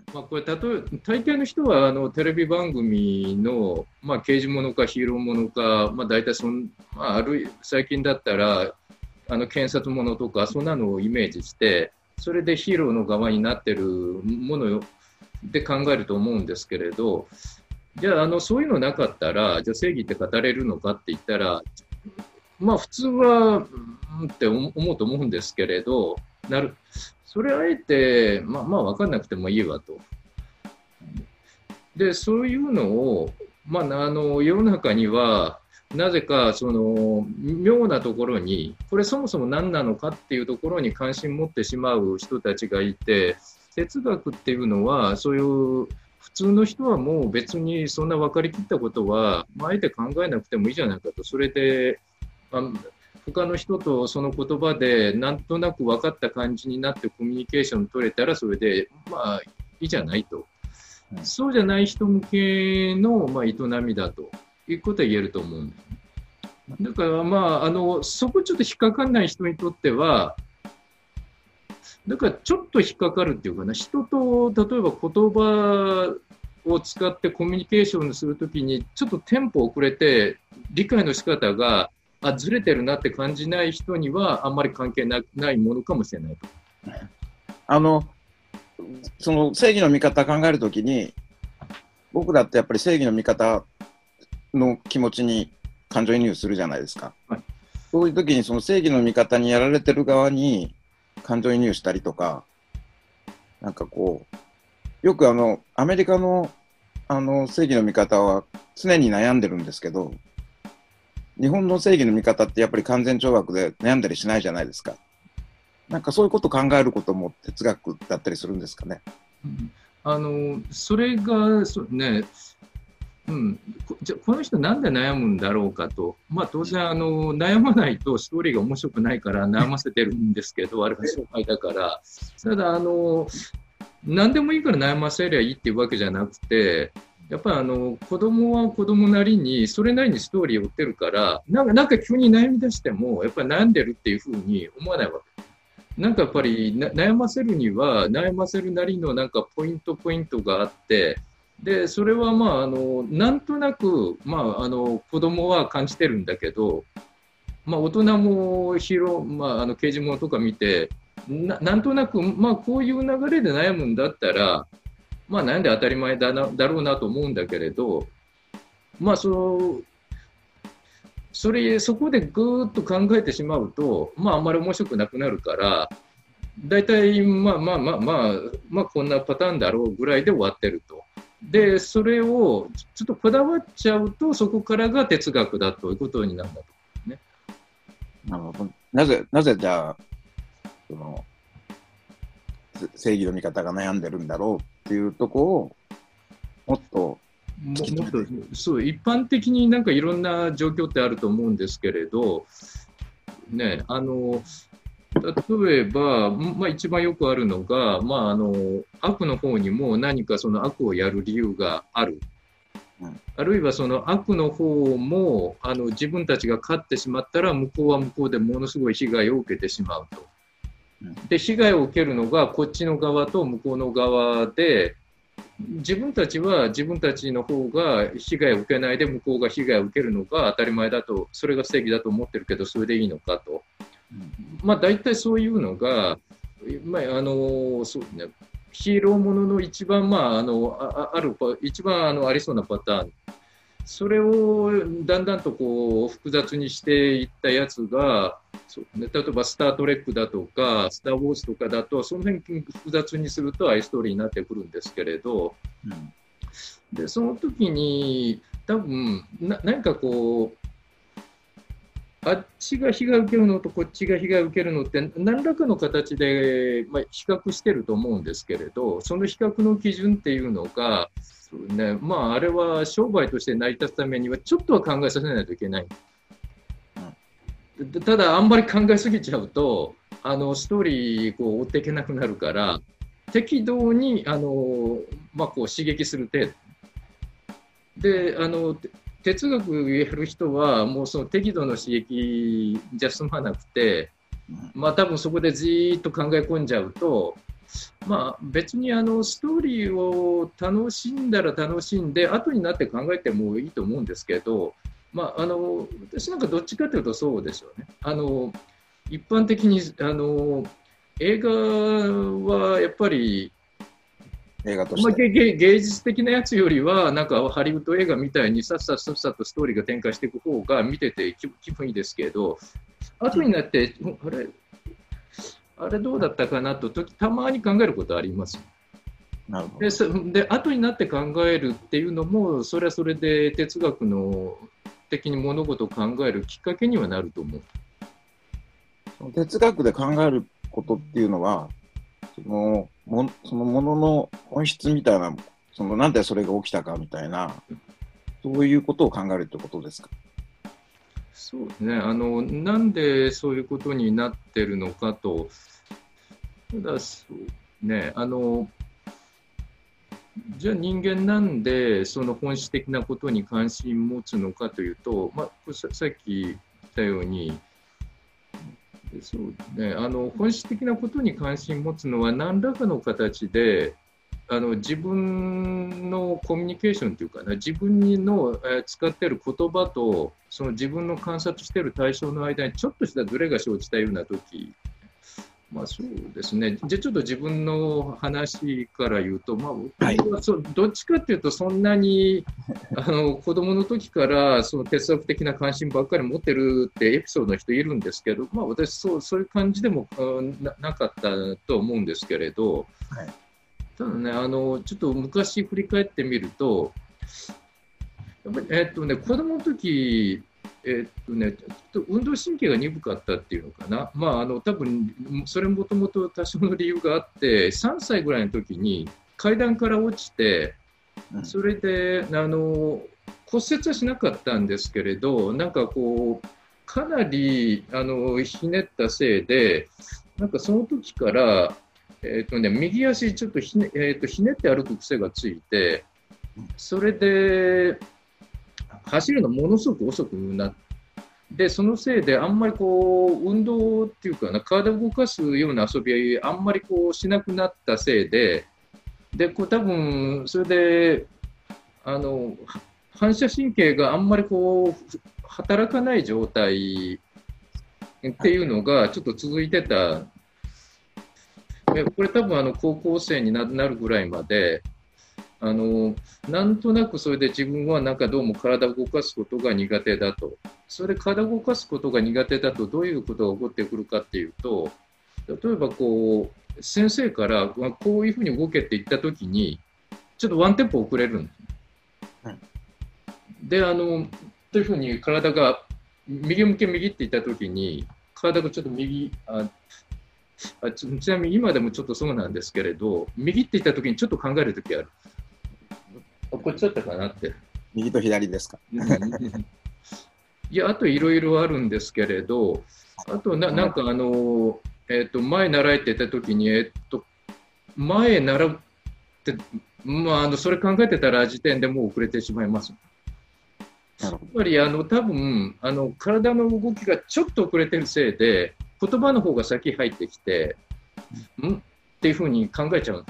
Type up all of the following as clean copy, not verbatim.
これ例え大抵の人はテレビ番組の、刑事ものかヒーローものか、大体最近だったら検察ものとかそんなのをイメージして、それでヒーローの側になってるもので考えると思うんですけれど、じゃあ、そういうのなかったら、じゃあ正義って語れるのかって言ったら、普通は、って思うと思うんですけれど、それあえて、分かんなくてもいいわと。で、そういうのを、世の中には、なぜか、妙なところに、これそもそも何なのかっていうところに関心持ってしまう人たちがいて、哲学っていうのは、そういう普通の人はもう別にそんな分かりきったことは、あえて考えなくてもいいじゃないかと。それで、他の人とその言葉でなんとなく分かった感じになってコミュニケーション取れたらそれでいいじゃないと、そうじゃない人向けの営みだということは言えると思うんです。だからそこちょっと引っかかんない人にとっては、だからちょっと引っかかるっていうかな、人と例えば言葉を使ってコミュニケーションするときにちょっとテンポ遅れて理解の仕方がずれてるなって感じない人にはあんまり関係ないものかもしれないと。 その正義の味方考えるときに、僕だってやっぱり正義の味方の気持ちに感情移入するじゃないですか。はい、そういうときにその正義の味方にやられてる側に感情移入したりとか、なんかこう、よくアメリカの正義の味方は常に悩んでるんですけど、日本の正義の味方ってやっぱり完全懲悪で悩んだりしないじゃないですか。なんかそういうことを考えることも哲学だったりするんですかね。 それがね、じゃこの人なんで悩むんだろうかと、当然悩まないとストーリーが面白くないから悩ませてるんですけど、あれが紹介だから。ただ何でもいいから悩ませりゃいいっていうわけじゃなくて、やっぱり子供は子供なりにそれなりにストーリーを追ってるから、なんか急に悩み出してもやっぱり悩んでるっていうふうに思わないわけ。なんかやっぱり悩ませるには悩ませるなりのなんかポイントがあって、でそれはなんとなく子供は感じてるんだけど、大人も刑事物とか見てなんとなくこういう流れで悩むんだったら悩んで当たり前だろうなと思うんだけれど、そこでぐーっと考えてしまうと、あんまり面白くなくなるから、大体こんなパターンだろうぐらいで終わってると。で、それをちょっとこだわっちゃうと、そこからが哲学だということになるんだと思うね。 なるほど。なぜじゃあ、正義の味方が悩んでるんだろうっていうところをもっとそう一般的になんかいろんな状況ってあると思うんですけれど、ね、例えば、一番よくあるのが、悪の方にも何かその悪をやる理由がある。あるいはその悪の方も自分たちが勝ってしまったら向こうは向こうでものすごい被害を受けてしまうと。で被害を受けるのがこっちの側と向こうの側で、自分たちは自分たちの方が被害を受けないで向こうが被害を受けるのが当たり前だと、それが正義だと思ってるけどそれでいいのかと。大体そういうのが、そうね、ヒーローものの一番一番ありそうなパターン、それをだんだんとこう複雑にしていったやつが、例えばスター・トレックだとかスター・ウォーズとかだとその辺複雑にするとアイストーリーになってくるんですけれど、でその時に多分何かこうあっちが被害を受けるのとこっちが被害を受けるのって何らかの形で、比較してると思うんですけれど、その比較の基準っていうのが、あれは商売として成り立つためにはちょっとは考えさせないといけない。ただあんまり考えすぎちゃうとストーリーこう追っていけなくなるから、適度にこう刺激する程度で哲学やる人はもうその適度の刺激じゃ済まなくて、多分そこでじーっと考え込んじゃうとまあ、別にストーリーを楽しんだら楽しんで、後になって考えてもいいと思うんですけど、まあ、私なんかどっちかというとそうですよね。一般的に映画はやっぱり、 映画として。 芸術的なやつよりは、なんかハリウッド映画みたいにさっさっとストーリーが展開していく方が見てて気分いいですけど、後になって、あれどうだったかなとたまに考えることあります。 なるほど。 で後になって考えるっていうのも、それはそれで哲学の的に物事を考えるきっかけにはなると思う。 哲学で考えることっていうのは、そのものの本質みたいな、なんでそれが起きたかみたいな、そういうことを考えるってことですか。 そうですね。なんでそういうことになってるのかと、ただそうね、じゃあ人間なんでその本質的なことに関心持つのかというと、まあ、さっき言ったように、そうね、本質的なことに関心持つのは何らかの形で自分のコミュニケーションというかな、自分の使っている言葉とその自分の観察している対象の間にちょっとしたズレが生じたような時、まあそうですね。じゃあちょっと自分の話から言うと、まあ、僕はどっちかっていうとそんなに子供の時からその哲学的な関心ばっかり持ってるってエピソードの人いるんですけど、まあ私そういう感じでもなかったと思うんですけれど、 はい、 ただね、ちょっと昔振り返ってみると、やっぱり子供の時ちょっと運動神経が鈍かったっていうのかな、まあ、多分それもともと多少の理由があって、3歳ぐらいの時に階段から落ちて、それで骨折はしなかったんですけれど、なんかこう、かなりひねったせいで、なんかその時から、右足ちょっとひねって歩く癖がついて、それで、走るのものすごく遅くなって、そのせいであんまりこう運動っていうかな、体を動かすような遊びあんまりこうしなくなったせいで、こう多分それで反射神経があんまりこう働かない状態っていうのがちょっと続いてた。これ多分高校生になるぐらいまでなんとなくそれで自分はなんかどうも体を動かすことが苦手だと。それで体を動かすことが苦手だとどういうことが起こってくるかっていうと、例えばこう先生からこういうふうに動けって言ったときにちょっとワンテンポ遅れるんです。はい、でというふうに体が右向け右って言ったときに体がちょっと右ちなみに今でもちょっとそうなんですけれど、右って言ったときにちょっと考えるときある。こっちだったかなって。 右と左ですか。 いや、あといろいろあるんですけれど、あとなんか前習えてたときに、前習って、まあ、それ考えてたら時点でもう遅れてしまいます。やっぱり多分体の動きがちょっと遅れてるせいで、言葉の方が先入ってきて、っていうふうに考えちゃう。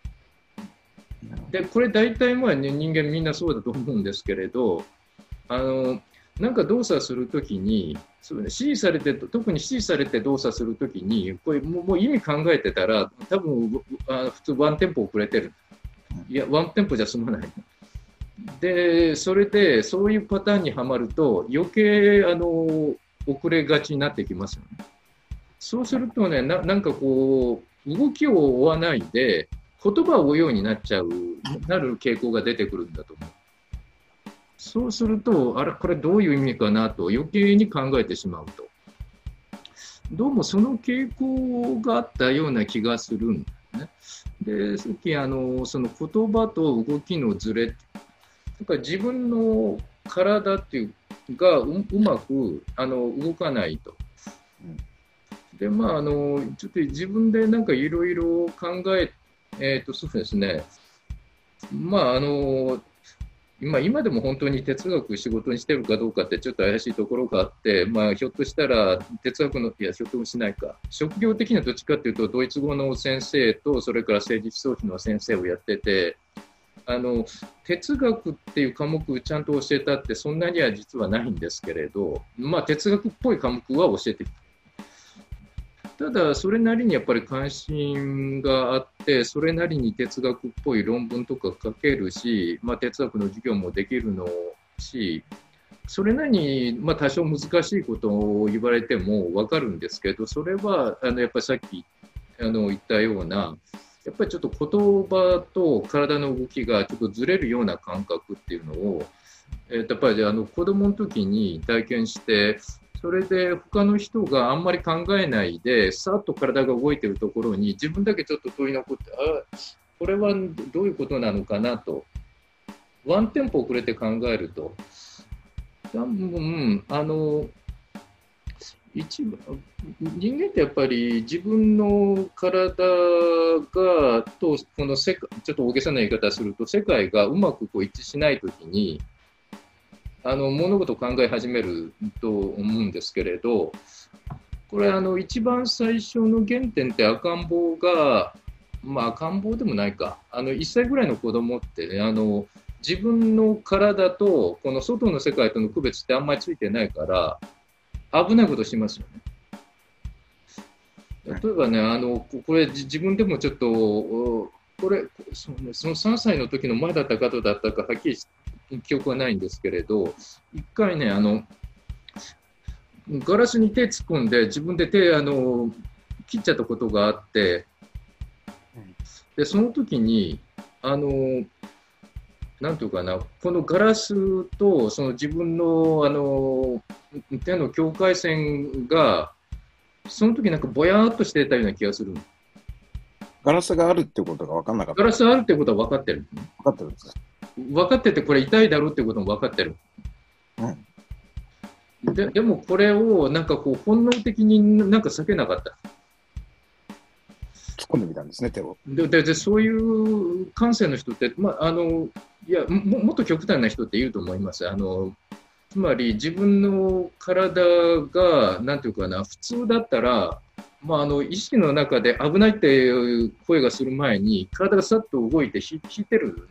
で、これ大体まあ、ね、人間みんなそうだと思うんですけれど、なんか動作するときに、そうね、指示されて、特に指示されて動作するときに、これもう意味考えてたら、多分普通ワンテンポ遅れてる。いや、ワンテンポじゃ済まない。で、それで、そういうパターンにはまると、余計遅れがちになってきますよね。そうするとね、なんかこう、動きを追わないで、言葉を追うようになる傾向が出てくるんだと思う。そうすると、これどういう意味かなと余計に考えてしまうと。どうもその傾向があったような気がするんですね。で、さっきその言葉と動きのズレ、だから自分の体っていうがうまく動かないと。で、まあ、ちょっと自分でなんかいろいろ考そうですね。まあ、 今でも本当に哲学仕事にしてるかどうかってちょっと怪しいところがあって、ひょっとしたら哲学の、いや、ひょっともしないか、職業的にはどっちかというと、ドイツ語の先生と、それから政治思想史の先生をやってて、哲学っていう科目ちゃんと教えたってそんなには実はないんですけれど、哲学っぽい科目は教えてきた。ただ、それなりにやっぱり関心があって、それなりに哲学っぽい論文とか書けるし、哲学の授業もできるのし、それなりに、多少難しいことを言われても分かるんですけど、それはやっぱりさっき言ったような、やっぱりちょっと言葉と体の動きがちょっとずれるような感覚っていうのを、やっぱり子供の時に体験して、それで他の人があんまり考えないで、さっと体が動いているところに自分だけちょっと問い残って、これはどういうことなのかなと、ワンテンポ遅れて考えると、多分人間ってやっぱり自分の体がとこの世界、ちょっと大げさな言い方すると、世界がうまく一致しないときに物事を考え始めると思うんですけれど、これ一番最初の原点って赤ん坊が、赤ん坊でもないか、1歳ぐらいの子供ってね、自分の体とこの外の世界との区別ってあんまりついてないから危ないことしますよね。例えばね、これ自分でもちょっとこれその3歳の時の前だったかどうだったかはっきり記憶はないんですけれど、一回ねガラスに手突っ込んで自分で手切っちゃったことがあって、でその時になんていうかな、このガラスとその自分の手の境界線がその時なんかぼやーっとしてたような気がする。 ガラスがあるってことが分かんなかった。 ガラスがあるってことは分かってる。 分かってるんですか。 分かってて、これ痛いだろうってことも分かってる。でもこれをなんか本能的になんか避けなかった。 突っ込んでみたんですね、手を。 でそういう感性の人って、いや もっと極端な人っていると思います。つまり自分の体がなんていうかな、普通だったら、意識の中で危ないっていう声がする前に体がさっと動いて引いてる。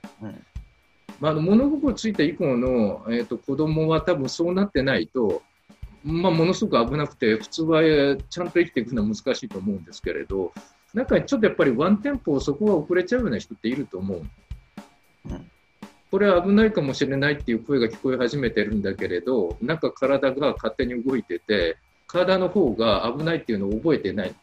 物心ついた以降の、子供は多分そうなってないと、ものすごく危なくて普通はちゃんと生きていくのは難しいと思うんですけれど、なんかちょっとやっぱりワンテンポそこは遅れちゃうような人っていると思う。これは危ないかもしれないっていう声が聞こえ始めてるんだけれど、なんか体が勝手に動いてて、体の方が危ないっていうのを覚えてない。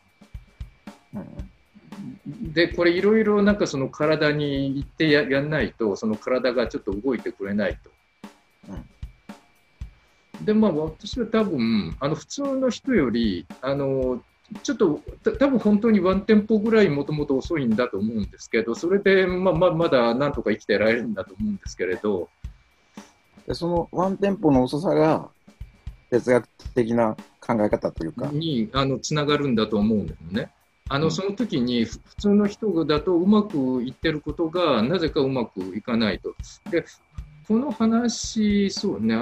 でこれいろいろなんかその体に言ってやんないと、その体がちょっと動いてくれないと。で私は多分普通の人よりちょっと多分本当にワンテンポぐらいもともと遅いんだと思うんですけど、それでまだなんとか生きてられるんだと思うんですけれど、 でそのワンテンポの遅さが哲学的な考え方というかにつながるんだと思うんですよね。その時に普通の人だとうまくいってることがなぜかうまくいかないと。でこの話、そうね、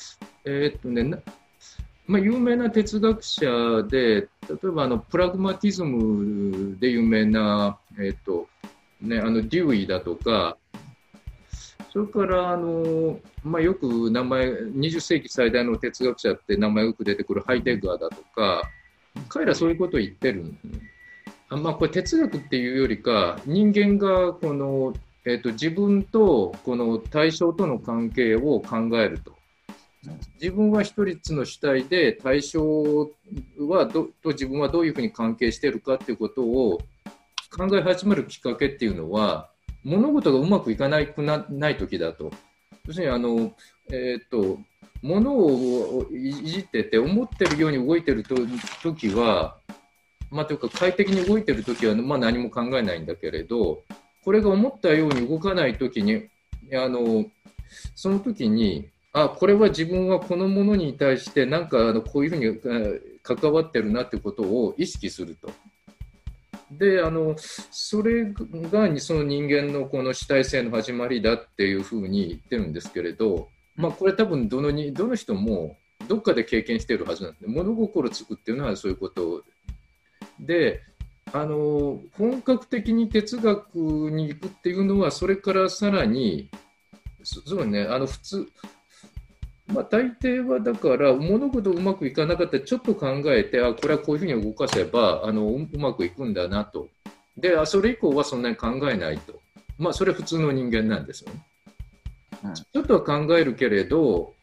有名な哲学者で、例えばプラグマティズムで有名な、デューイだとか、それからよく名前、20世紀最大の哲学者って名前よく出てくるハイデガーだとか、彼らそういうことを言ってるんですね。これ哲学っていうよりか、人間がこの、自分とこの対象との関係を考えると。自分は一つの主体で、対象はと自分はどういうふうに関係しているかということを考え始めるきっかけっていうのは、物事がうまくいかない時だと。要するに物をいじってて思ってるように動いてる時は、というか快適に動いてる時は何も考えないんだけれど、これが思ったように動かない時にその時にこれは自分はこのものに対してなんかこういうふうに関わってるなってことを意識すると。 でそれがその人間のこの主体性の始まりだっていうふうに言ってるんですけれど、これ多分どの人もどっかで経験しているはずなんですね。物心つくっていうのはそういうことで、本格的に哲学に行くっていうのはそれからさらにそうね、普通、大抵はだから物事うまくいかなかったらちょっと考えて、これはこういうふうに動かせばうまくいくんだなと。でそれ以降はそんなに考えないと。それ普通の人間なんですよね。ちょっとは考えるけれど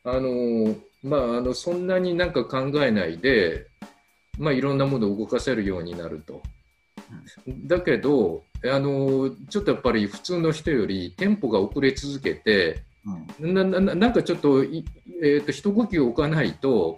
そんなになんか考えないで、いろんなものを動かせるようになると。だけどちょっとやっぱり普通の人よりテンポが遅れ続けて、なんかちょっと一呼吸置かないと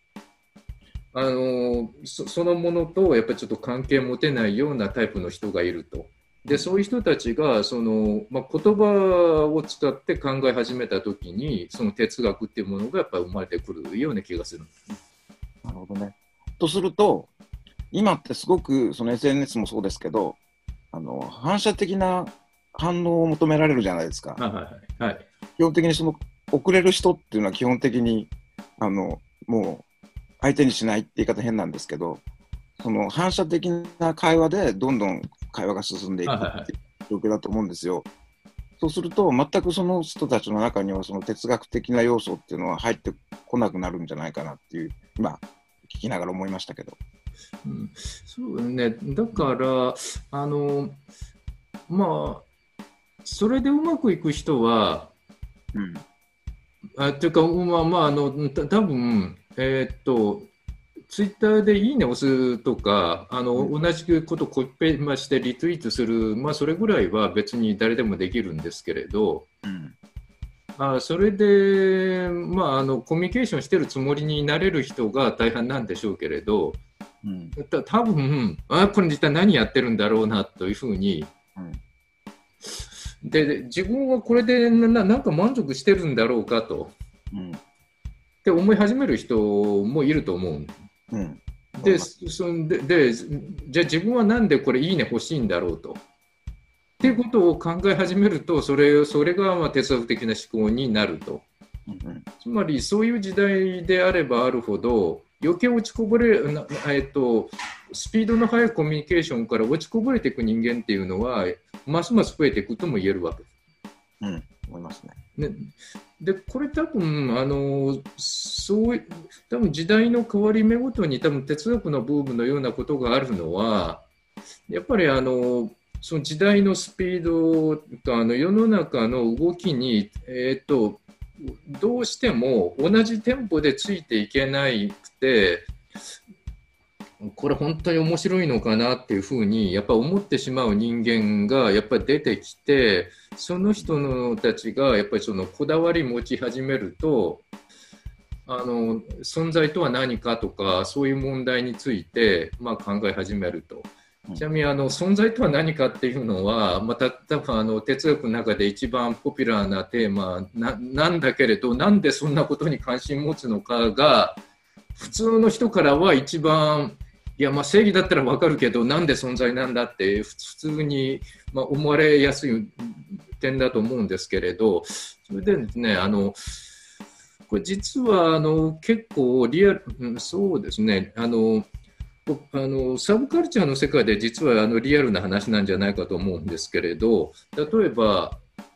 そのものとやっぱりちょっと関係持てないようなタイプの人がいると。でそういう人たちが言葉を使って考え始めたときにその哲学っていうものがやっぱり生まれてくるような気がする。 なるほどね。とすると今ってすごくその SNS もそうですけど反射的な反応を求められるじゃないですか。基本的にその遅れる人っていうのは基本的にもう相手にしないって言い方変なんですけど、その反射的な会話でどんどん会話が進んでいくっていう状況だと思うんですよ。そうすると全くその人たちの中にはその哲学的な要素っていうのは入ってこなくなるんじゃないかなっていう今聞きながら思いましたけど。 そうね、だからそれでうまくいく人は、というか多分ツイッターでいいね押すとか同じことコピペしてリツイートする、それぐらいは別に誰でもできるんですけれど、それで、コミュニケーションしてるつもりになれる人が大半なんでしょうけれど、多分これ実は何やってるんだろうなというふうに、で自分はこれでなんか満足してるんだろうかと、って思い始める人もいると思う。でじゃあ自分はなんでこれいいね欲しいんだろうとっていうことを考え始めるとそれが哲学的な思考になると。つまりそういう時代であればあるほど余計落ちこぼれスピードの速いコミュニケーションから落ちこぼれていく人間っていうのはますます増えていくとも言えるわけです。 思いますね。 でこれ多分多分時代の変わり目ごとに多分哲学のブームのようなことがあるのはやっぱりその時代のスピードと世の中の動きに、どうしても同じテンポでついていけなくてこれ本当に面白いのかなっていうふうにやっぱ思ってしまう人間がやっぱり出てきて、その人たちがやっぱりそのこだわり持ち始めると存在とは何かとかそういう問題について考え始めると。ちなみに存在とは何かっていうのは多分哲学の中で一番ポピュラーなテーマなんだけれど、なんでそんなことに関心持つのかが普通の人からは一番正義だったら分かるけどなんで存在なんだって普通に思われやすい点だと思うんですけれど、それでですねこれ実は結構リアル、そうですねサブカルチャーの世界で実はリアルな話なんじゃないかと思うんですけれど、例えば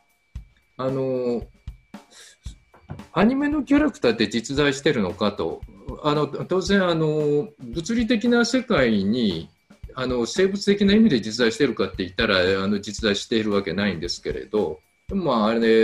アニメのキャラクターって実在してるのかと。当然物理的な世界に生物的な意味で実在しているかって言ったら実在しているわけないんですけれど、あれ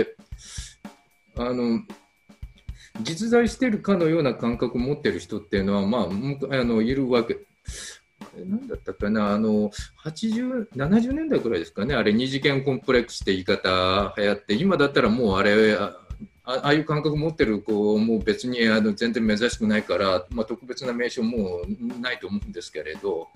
実在しているかのような感覚を持っている人っていうのは、いるわけ。何だったかな80、70年代くらいですかね、あれ二次元コンプレックスって言い方流行って、今だったらもうああいう感覚持ってる子も別に全然珍しくないから、特別な名称もないと思うんですけれど、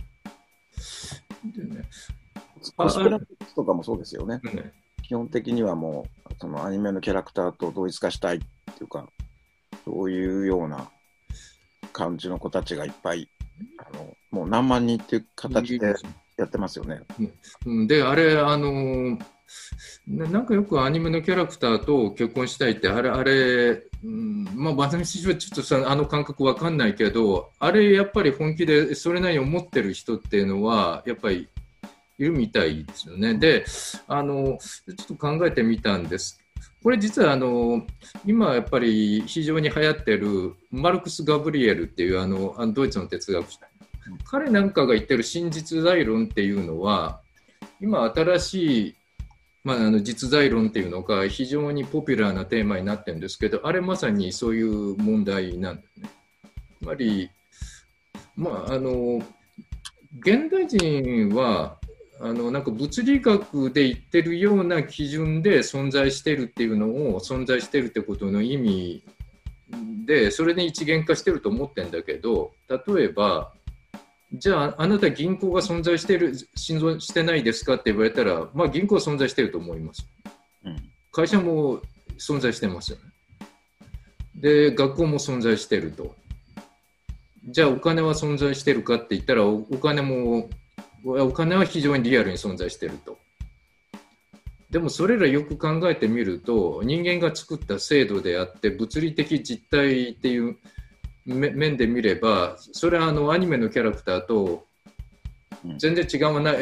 でね、コスプレとかもそうですよね。基本的にはもうそのアニメのキャラクターと同一化したいっていうか、そういうような感じの子たちがいっぱいもう何万人っていう形でやってますよね。 で、あれ、なんかよくアニメのキャラクターと結婚したいって、まあ、私はちょっとあの感覚わかんないけど、あれやっぱり本気でそれなりに思ってる人っていうのは、やっぱりいるみたいですよね。で、ちょっと考えてみたんです。これ実は今やっぱり非常に流行ってるマルクス・ガブリエルっていうドイツの哲学者、彼なんかが言ってる真実在論っていうのは、今新しい、まあ、実在論っていうのが非常にポピュラーなテーマになってるんですけど、あれまさにそういう問題なんですね。つまり、まあ、現代人はなんか物理学で言ってるような基準で存在してるっていうのを存在してるってことの意味でそれで一元化してると思ってるんだけど、例えばじゃああなた銀行が存在してるしてないですかって言われたら、まあ、銀行は存在してると思います、会社も存在してますよね。で学校も存在してると。じゃあお金は存在してるかって言ったらお金は非常にリアルに存在していると。でもそれらよく考えてみると人間が作った制度であって物理的実態っていう面で見ればそれはアニメのキャラクターと全然違わない、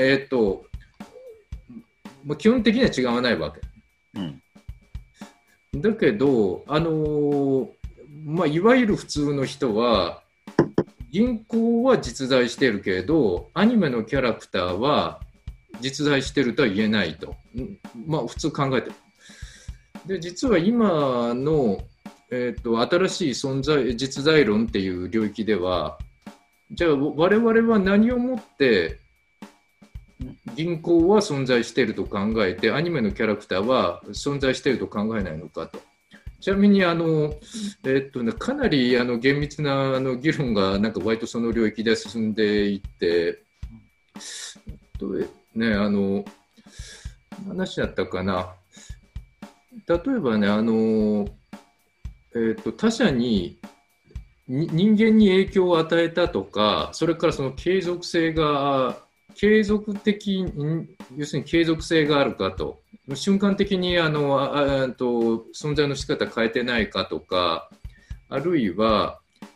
基本的には違わないわけ、だけどまあ、いわゆる普通の人は銀行は実在しているけれどアニメのキャラクターは実在しているとは言えないと、まあ、普通考えてる。で実は今の、新しい実在論っていう領域ではじゃあ我々は何をもって銀行は存在していると考えてアニメのキャラクターは存在していると考えないのかと。ちなみにかなり厳密な議論がなんか割とその領域で進んでいってね、話だったかな。例えばね他者に人間に影響を与えたとかそれからその継続的要するに継続性があるかと瞬間的に存在の仕方変えてないかとかあるいは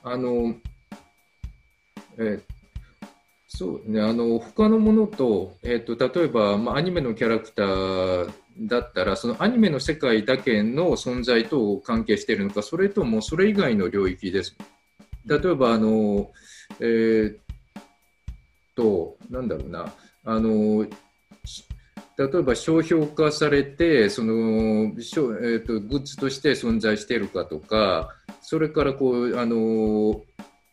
そうね、他のものと、例えば、まあ、アニメのキャラクターだったらそのアニメの世界だけの存在と関係しているのかそれともそれ以外の領域です。例えばなんだろうな例えば商標化されてそのグッズとして存在しているかとかそれからこう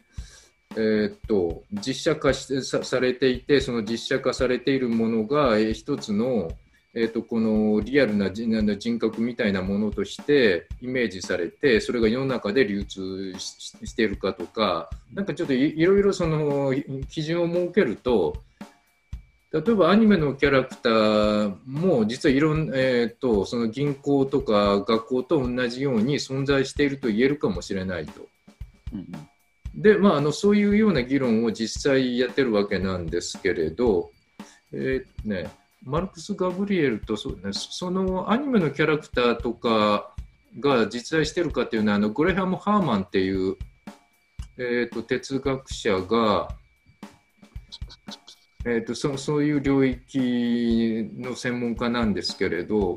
実写化されていてその実写化されているものが一つの、このリアルな人格みたいなものとしてイメージされてそれが世の中で流通しているかとかなんかちょっといろいろその基準を設けると例えばアニメのキャラクターも実はいろんな、その銀行とか学校と同じように存在していると言えるかもしれないと。でまあ、そういうような議論を実際やってるわけなんですけれど、マルクス・ガブリエルとそのアニメのキャラクターとかが実在してるかっていうのはグレハム・ハーマンっていう、哲学者が、そういう領域の専門家なんですけれど、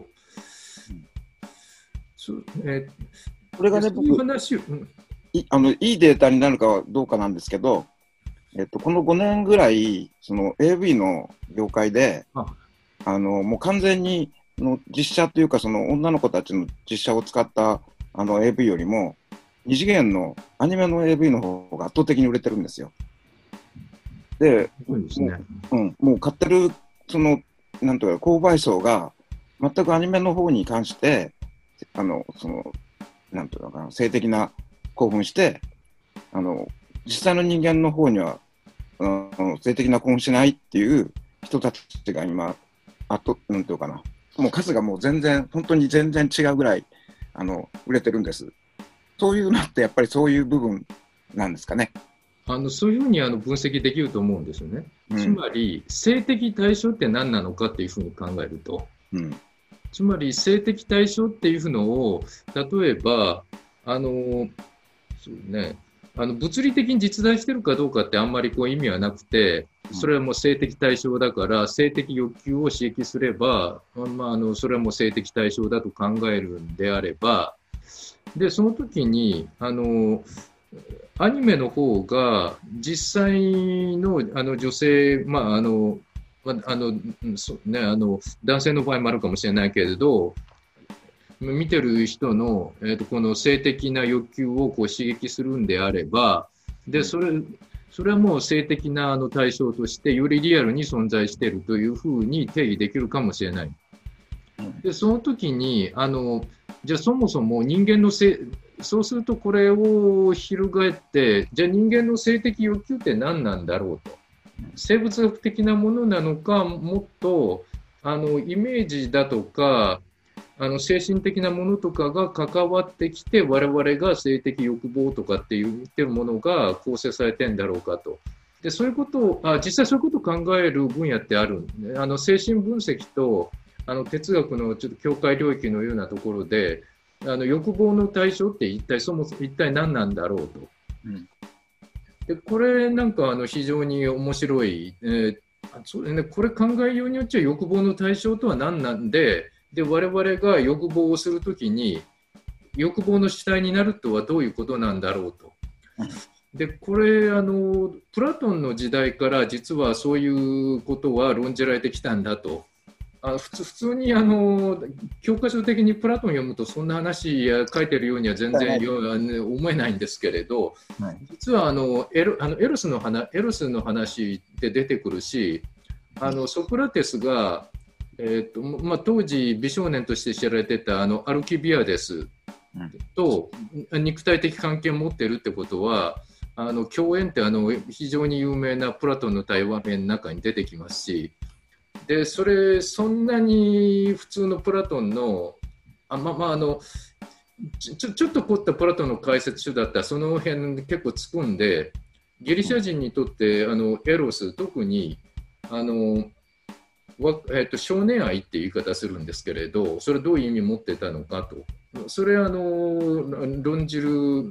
これがね、 そういう話をいいデータになるかどうかなんですけど、この5年ぐらいその AV の業界でもう完全に実写というかその女の子たちの実写を使ったAV よりも二次元のアニメの AV の方が圧倒的に売れてるんですよ。で、もう買ってるそのなんというか購買層が全くアニメの方に関してそのなんていうのかな性的な興奮して実際の人間の方には性的な興奮しないっていう人たちが今なんていうかなもう数がもう本当に全然違うぐらい売れてるんです。そういうのってやっぱりそういう部分なんですかね。 そういうふうに分析できると思うんですよね。つまり、性的対象って何なのかっていうふうに考えると。つまり、性的対象っていうのを、例えば、そうね、物理的に実在してるかどうかってあんまり意味はなくて、それはもう性的対象だから、性的欲求を刺激すれば、それはもう性的対象だと考えるんであれば、で、その時に、アニメの方が実際の、女性、男性の場合もあるかもしれないけれど、見てる人の、この性的な欲求を刺激するんであれば、で、それはもう性的な対象としてよりリアルに存在しているというふうに定義できるかもしれない。で、その時に、じゃあそもそも人間のそうするとこれを翻って、じゃあ人間の性的欲求って何なんだろうと。生物学的なものなのか、もっと、イメージだとか、精神的なものとかが関わってきて、我々が性的欲望とかって言ってるものが構成されてるんだろうかと。で、そういうことを、実際そういうことを考える分野ってあるんで、精神分析と、哲学のちょっと境界領域のようなところで、欲望の対象って一体何なんだろうと。で、これなんか非常に面白い、これ考えようによっちゃ欲望の対象とは何なんで、我々が欲望をするときに、欲望の主体になるとはどういうことなんだろうと。で、これ、プラトンの時代から実はそういうことは論じられてきたんだと。普通に教科書的にプラトンを読むとそんな話書いてるようには全然思えないんですけれど、実はエロスの話で出てくるし、ソクラテスが当時美少年として知られてたアルキビアデスと肉体的関係を持っているってことは、共演って非常に有名なプラトンの対話編の中に出てきますし、でそんなに普通のプラトンのちょっと凝ったプラトンの解説書だったらその辺結構突っ込んで、ギリシャ人にとってエロス、特に少年愛っていう言い方するんですけれど、それどういう意味を持ってたのかと、それ論じる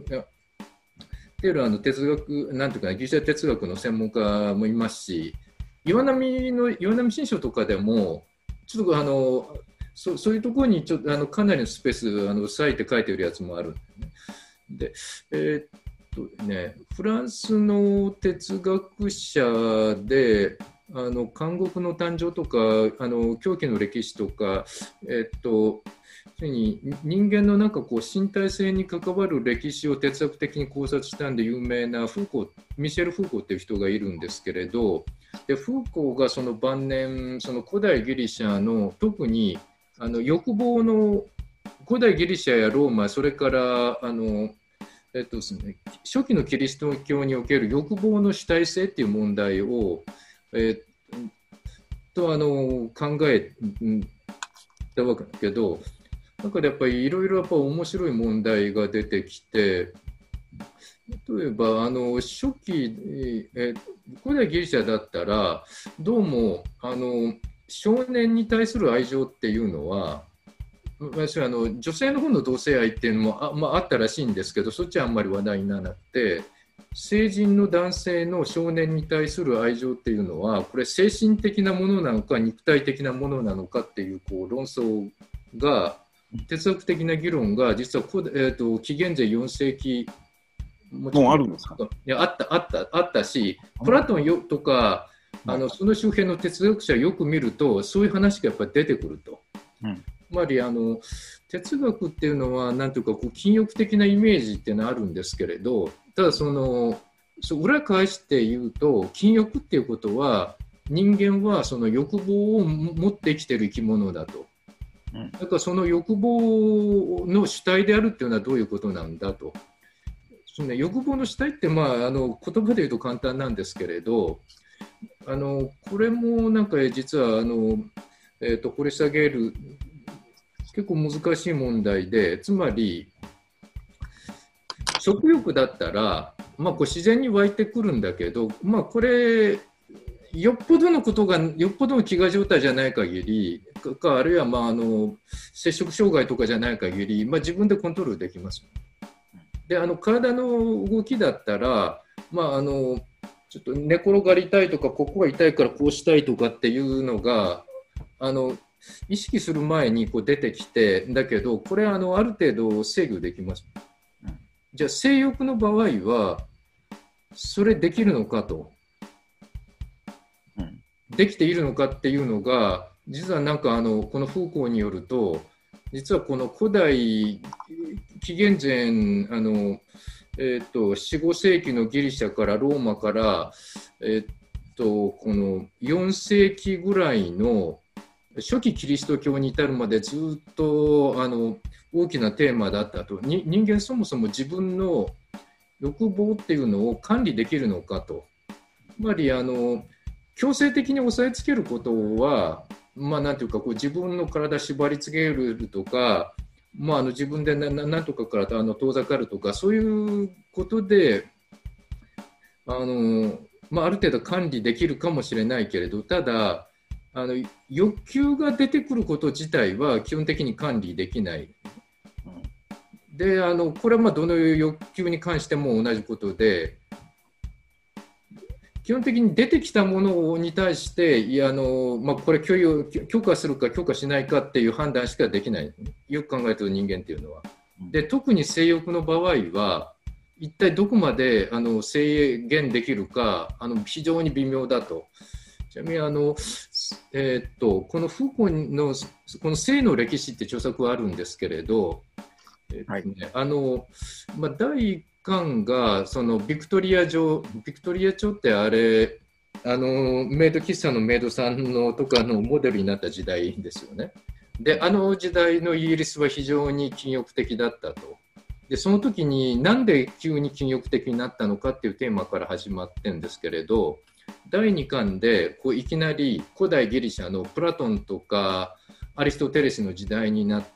哲学、なんていうかな、ギリシャ哲学の専門家もいますし、岩波新書とかでもちょっとそういうところにかなりのスペース割いて書いてるやつもあるんですね。フランスの哲学者で監獄の誕生とか狂気の歴史とか、人間の身体性に関わる歴史を哲学的に考察したんで有名なミシェル・フーコーっていう人がいるんですけれど、でフーコーがその晩年古代ギリシャの特に欲望の古代ギリシャやローマ、それから初期のキリスト教における欲望の主体性っていう問題を考えたわけだけど、だからやっぱりいろいろ面白い問題が出てきて、例えば初期、古代ギリシャだったらどうも少年に対する愛情っていうのは、女性の方の同性愛っていうのも あったらしいんですけど、そっちはあんまり話題にならなくて、成人の男性の少年に対する愛情っていうのはこれ精神的なものなのか肉体的なものなのかっていう論争が、哲学的な議論が実は紀元前4世紀もうあるんですか？ いや、あったし、プラトンとかその周辺の哲学者をよく見るとそういう話がやっぱり出てくると。つまり哲学っていうのはなんていうか禁欲的なイメージっていうのはあるんですけれど、ただ裏返して言うと禁欲っていうことは人間はその欲望を持って生きている生き物だと。だからその欲望の主体であるっていうのはどういうことなんだと。欲望の主体って言葉で言うと簡単なんですけれど、これも実は掘り下げる結構難しい問題で、つまり食欲だったらまあ、こう自然に湧いてくるんだけど、まあ、これよっぽどのことが、よっぽどの飢餓状態じゃない限りあるいは摂食障害とかじゃない限り、自分でコントロールできます。で体の動きだったら、ちょっと寝転がりたいとか、ここが痛いからこうしたいとかっていうのが意識する前にこう出てきて、だけどこれある程度制御できます。じゃあ性欲の場合はそれできるのかと、できているのかっていうのが、実はなんかこのフーコーによると、実はこの古代紀元前4、5世紀のギリシャからローマから、この4世紀ぐらいの初期キリスト教に至るまでずっと大きなテーマだったと。人間そもそも自分の欲望っていうのを管理できるのかと。つまり強制的に押さえつけることは、なんていうかこう自分の体縛り付けるとか、自分でなんとかから遠ざかるとか、そういうことである程度管理できるかもしれないけれど、ただ欲求が出てくること自体は基本的に管理できない。でこれはどの欲求に関しても同じことで、基本的に出てきたものに対して、これ許可するか許可しないかっていう判断しかできない。よく考えると人間っていうのは。で、特に性欲の場合は一体どこまで制限できるか非常に微妙だと。ちなみにこのフーコーのこの性の歴史って著作はあるんですけれど、第1巻がそのビクトリア朝ってあれメイド喫茶のメイドさんのとかのモデルになった時代ですよね。で時代のイギリスは非常に禁欲的だったと。でその時になんで急に禁欲的になったのかっていうテーマから始まってるんですけれど、第2巻でこういきなり古代ギリシャのプラトンとかアリストテレスの時代になって、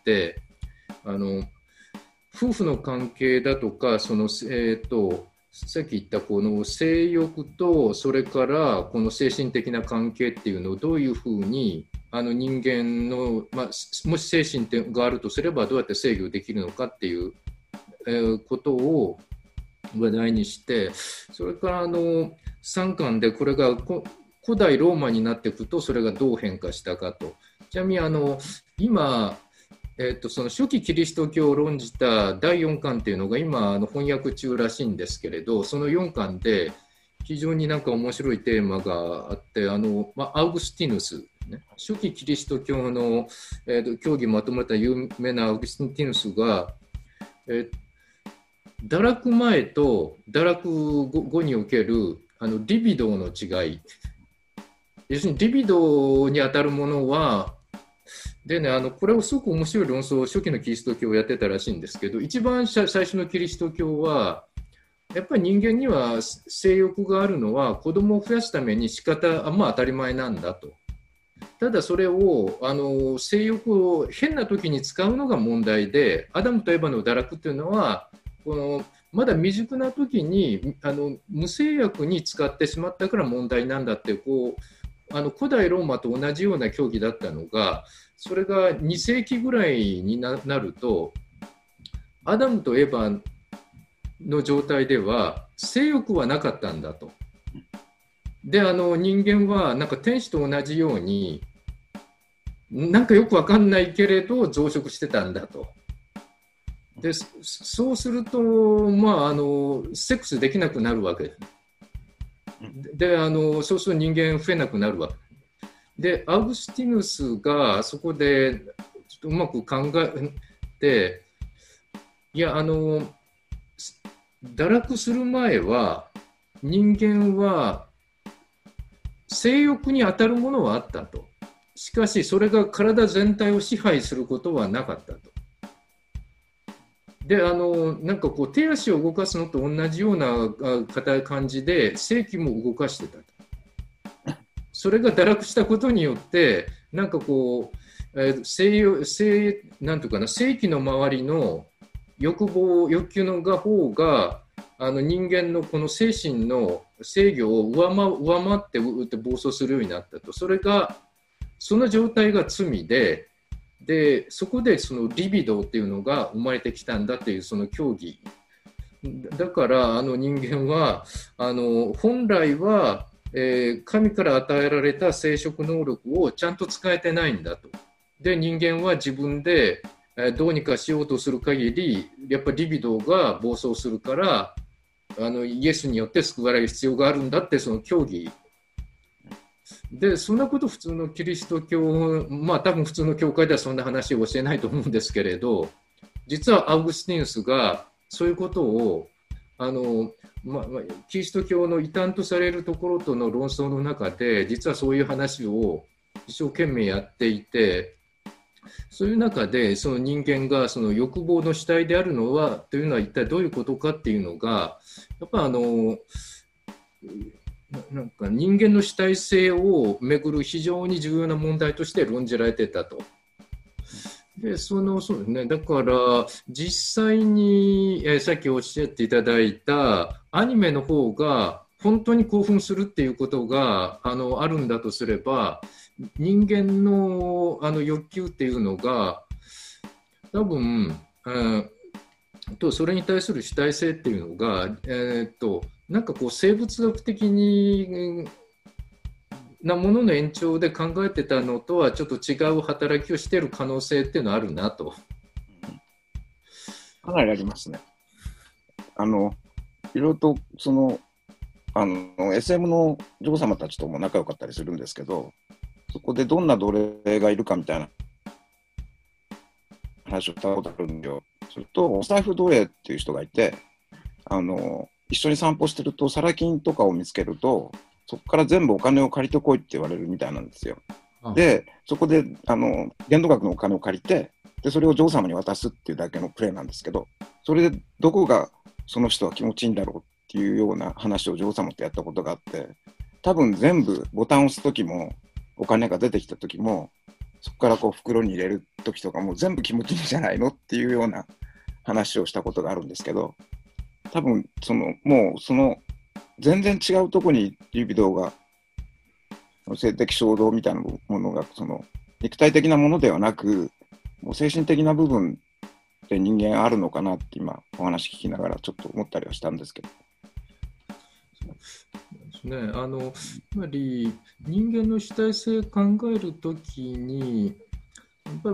夫婦の関係だとかさっき言ったこの性欲とそれからこの精神的な関係っていうのをどういうふうに人間の、もし精神があるとすればどうやって制御できるのかっていう、ことを話題にして、それから3巻でこれが古代ローマになっていくとそれがどう変化したかと。ちなみに今その初期キリスト教を論じた第4巻っていうのが今翻訳中らしいんですけれど、その4巻で非常になんか面白いテーマがあって、アウグスティヌス、ね、初期キリスト教の、教義まとめた有名なアウグスティヌスが、堕落前と堕落後におけるリビドーの違い、要するにリビドーに当たるものはでね、これをすごく面白い論争を初期のキリスト教をやってたらしいんですけど、一番最初のキリスト教はやっぱり人間には性欲があるのは子供を増やすために当たり前なんだと。ただそれを性欲を変な時に使うのが問題で、アダムとエバの堕落というのはこのまだ未熟な時に無制約に使ってしまったから問題なんだって古代ローマと同じような教義だったのが、それが2世紀ぐらいになるとアダムとエバの状態では性欲はなかったんだと。で人間はなんか天使と同じようになんかよくわかんないけれど増殖してたんだと。でそうすると、セックスできなくなるわけです。でそうすると人間増えなくなるわけで、アウグスティヌスがそこでちょっとうまく考えて、いや堕落する前は人間は性欲に当たるものはあったと。しかしそれが体全体を支配することはなかったと。でなんかこう手足を動かすのと同じような感じで性器も動かしてたと。それが堕落したことによってなんかこう、なんていうかな、性器の周りの欲求の方が人間のこの精神の制御を上回って暴走するようになったと。その状態が罪で、そこでそのリビドーっていうのが生まれてきたんだっていうその教義だから、人間は本来は、神から与えられた生殖能力をちゃんと使えてないんだと。で、人間は自分でどうにかしようとする限り、やっぱりリビドーが暴走するから、イエスによって救われる必要があるんだって、その教義で、そんなこと普通のキリスト教、多分普通の教会ではそんな話を教えないと思うんですけれど、実はアウグスティヌスがそういうことをキリスト教の異端とされるところとの論争の中で、実はそういう話を一生懸命やっていて、そういう中でその人間がその欲望の主体であるのはというのは一体どういうことかっていうのが、やっぱなんか人間の主体性をめぐる非常に重要な問題として論じられてたと。でそうですね、だから実際に、さっきおっしゃっていただいたアニメの方が本当に興奮するっていうことがあるんだとすれば、人間の欲求っていうのが多分、それに対する主体性っていうのが、なんかこう生物学的になものの延長で考えてたのとはちょっと違う働きをしている可能性っていうのはあるなと。 かなりありますね。いろいろとSM の女王様たちとも仲良かったりするんですけど、そこでどんな奴隷がいるかみたいな話をしたことあるんですよ。それとお財布奴隷っていう人がいて、一緒に散歩してるとサラ金とかを見つけると、そこから全部お金を借りてこいって言われるみたいなんですよ。で、そこで限度額のお金を借りて、でそれを女王様に渡すっていうだけのプレーなんですけど、それでどこがその人は気持ちいいんだろうっていうような話を女王様とやったことがあって、多分全部ボタンを押すときもお金が出てきたときも、そこからこう袋に入れるときとかも全部気持ちいいんじゃないのっていうような話をしたことがあるんですけど、多分もう全然違うところにリビドーが性的衝動みたいなものが肉体的なものではなく、もう精神的な部分で人間あるのかなって今お話聞きながらちょっと思ったりはしたんですけど。 そうですね、つまり人間の主体性を考えるときに、やっぱり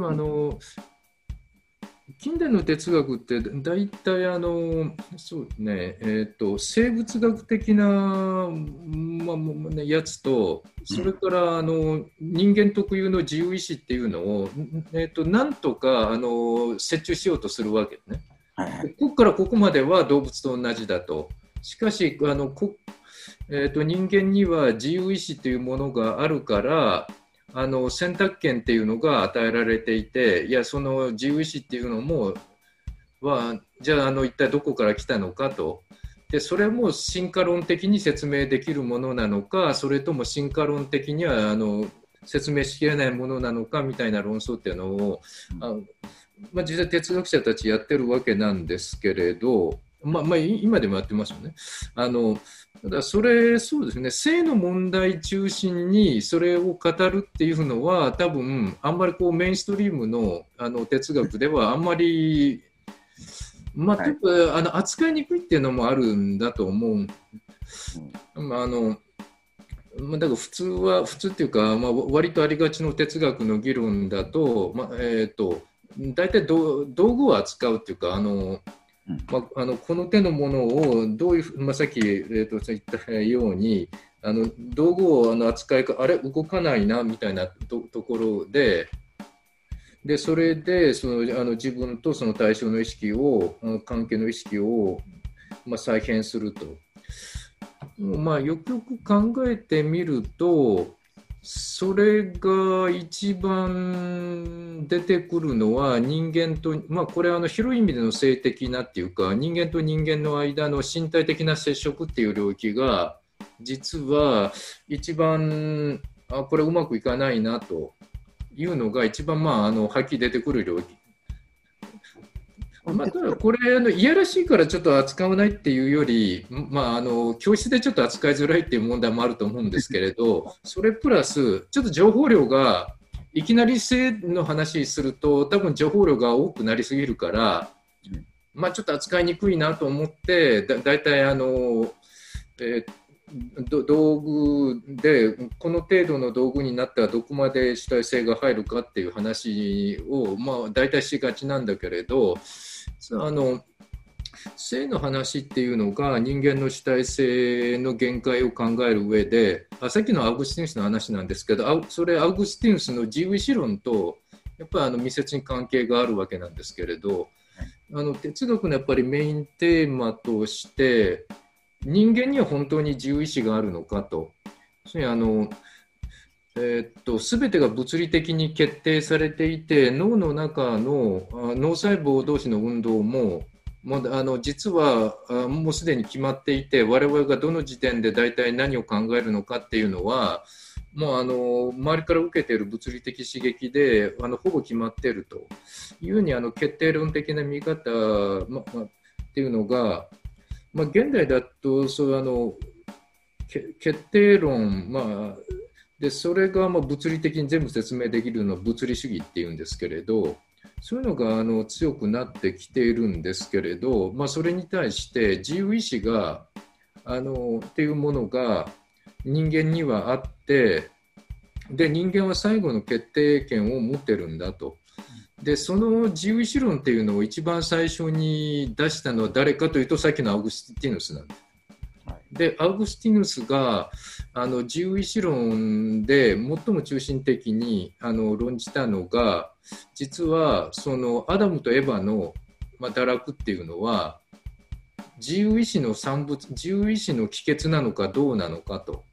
近代の哲学って大体そうね、生物学的な、やつと、それから人間特有の自由意志っていうのを、なんとか折衷しようとするわけね。 はいはい、 ここからここまでは動物と同じだと。しかし人間には自由意志というものがあるから、選択権っていうのが与えられていて、いやその自由意志っていうのもじゃあ一体どこから来たのかと。でそれも進化論的に説明できるものなのか、それとも進化論的には説明しきれないものなのかみたいな論争っていうのを、実際哲学者たちやってるわけなんですけれど、今でもやってますよね。ただそうですね、性の問題中心にそれを語るっていうのは多分あんまりこうメインストリームの哲学ではあんまり、扱いにくいっていうのもあるんだと思う。だから普通っていうか、割とありがちの哲学の議論だと、大体道具を扱うっていうか、この手のものをどういう、さっき、言ったように道具を扱いあれ動かないなみたいなところで、それで自分とその対象の意識を関係の意識を、再現すると。よくよく考えてみると、それが一番出てくるのは人間と、これは広い意味での性的なっていうか、人間と人間の間の身体的な接触っていう領域が実は一番これうまくいかないなというのが一番はっきり出てくる領域。 ただこれいやらしいからちょっと扱わないっていうより、教室でちょっと扱いづらいっていう問題もあると思うんですけれど、それプラスちょっと情報量がいきなり性の話すると多分情報量が多くなりすぎるから、ちょっと扱いにくいなと思ってだいたい道具でこの程度の道具になったらどこまで主体性が入るかっていう話を大体しがちなんだけれど、性の話っていうのが人間の主体性の限界を考える上で、さっきのアウグスティヌスの話なんですけど、それアウグスティヌスの自由意志論とやっぱり密接に関係があるわけなんですけれど、哲学のやっぱりメインテーマとして人間には本当に自由意志があるのかと。全てが物理的に決定されていて、脳の中の脳細胞同士の運動も実はもうすでに決まっていて、我々がどの時点で大体何を考えるのかっていうのはもう周りから受けている物理的刺激でほぼ決まっているというに決定論的な見方、っていうのが、現代だと決定論、でそれが物理的に全部説明できるのを物理主義っていうんですけれど、そういうのが強くなってきているんですけれど、それに対して自由意志がっていうものが人間にはあって、で人間は最後の決定権を持ってるんだと。でその自由意志論っていうのを一番最初に出したのは誰かというと、さっきのアウグスティヌスなんです。でアウグスティヌスが自由意志論で最も中心的に論じたのが、実はそのアダムとエバの、堕落っていうのは自由意志の産物、自由意志の帰結なのかどうなのかと。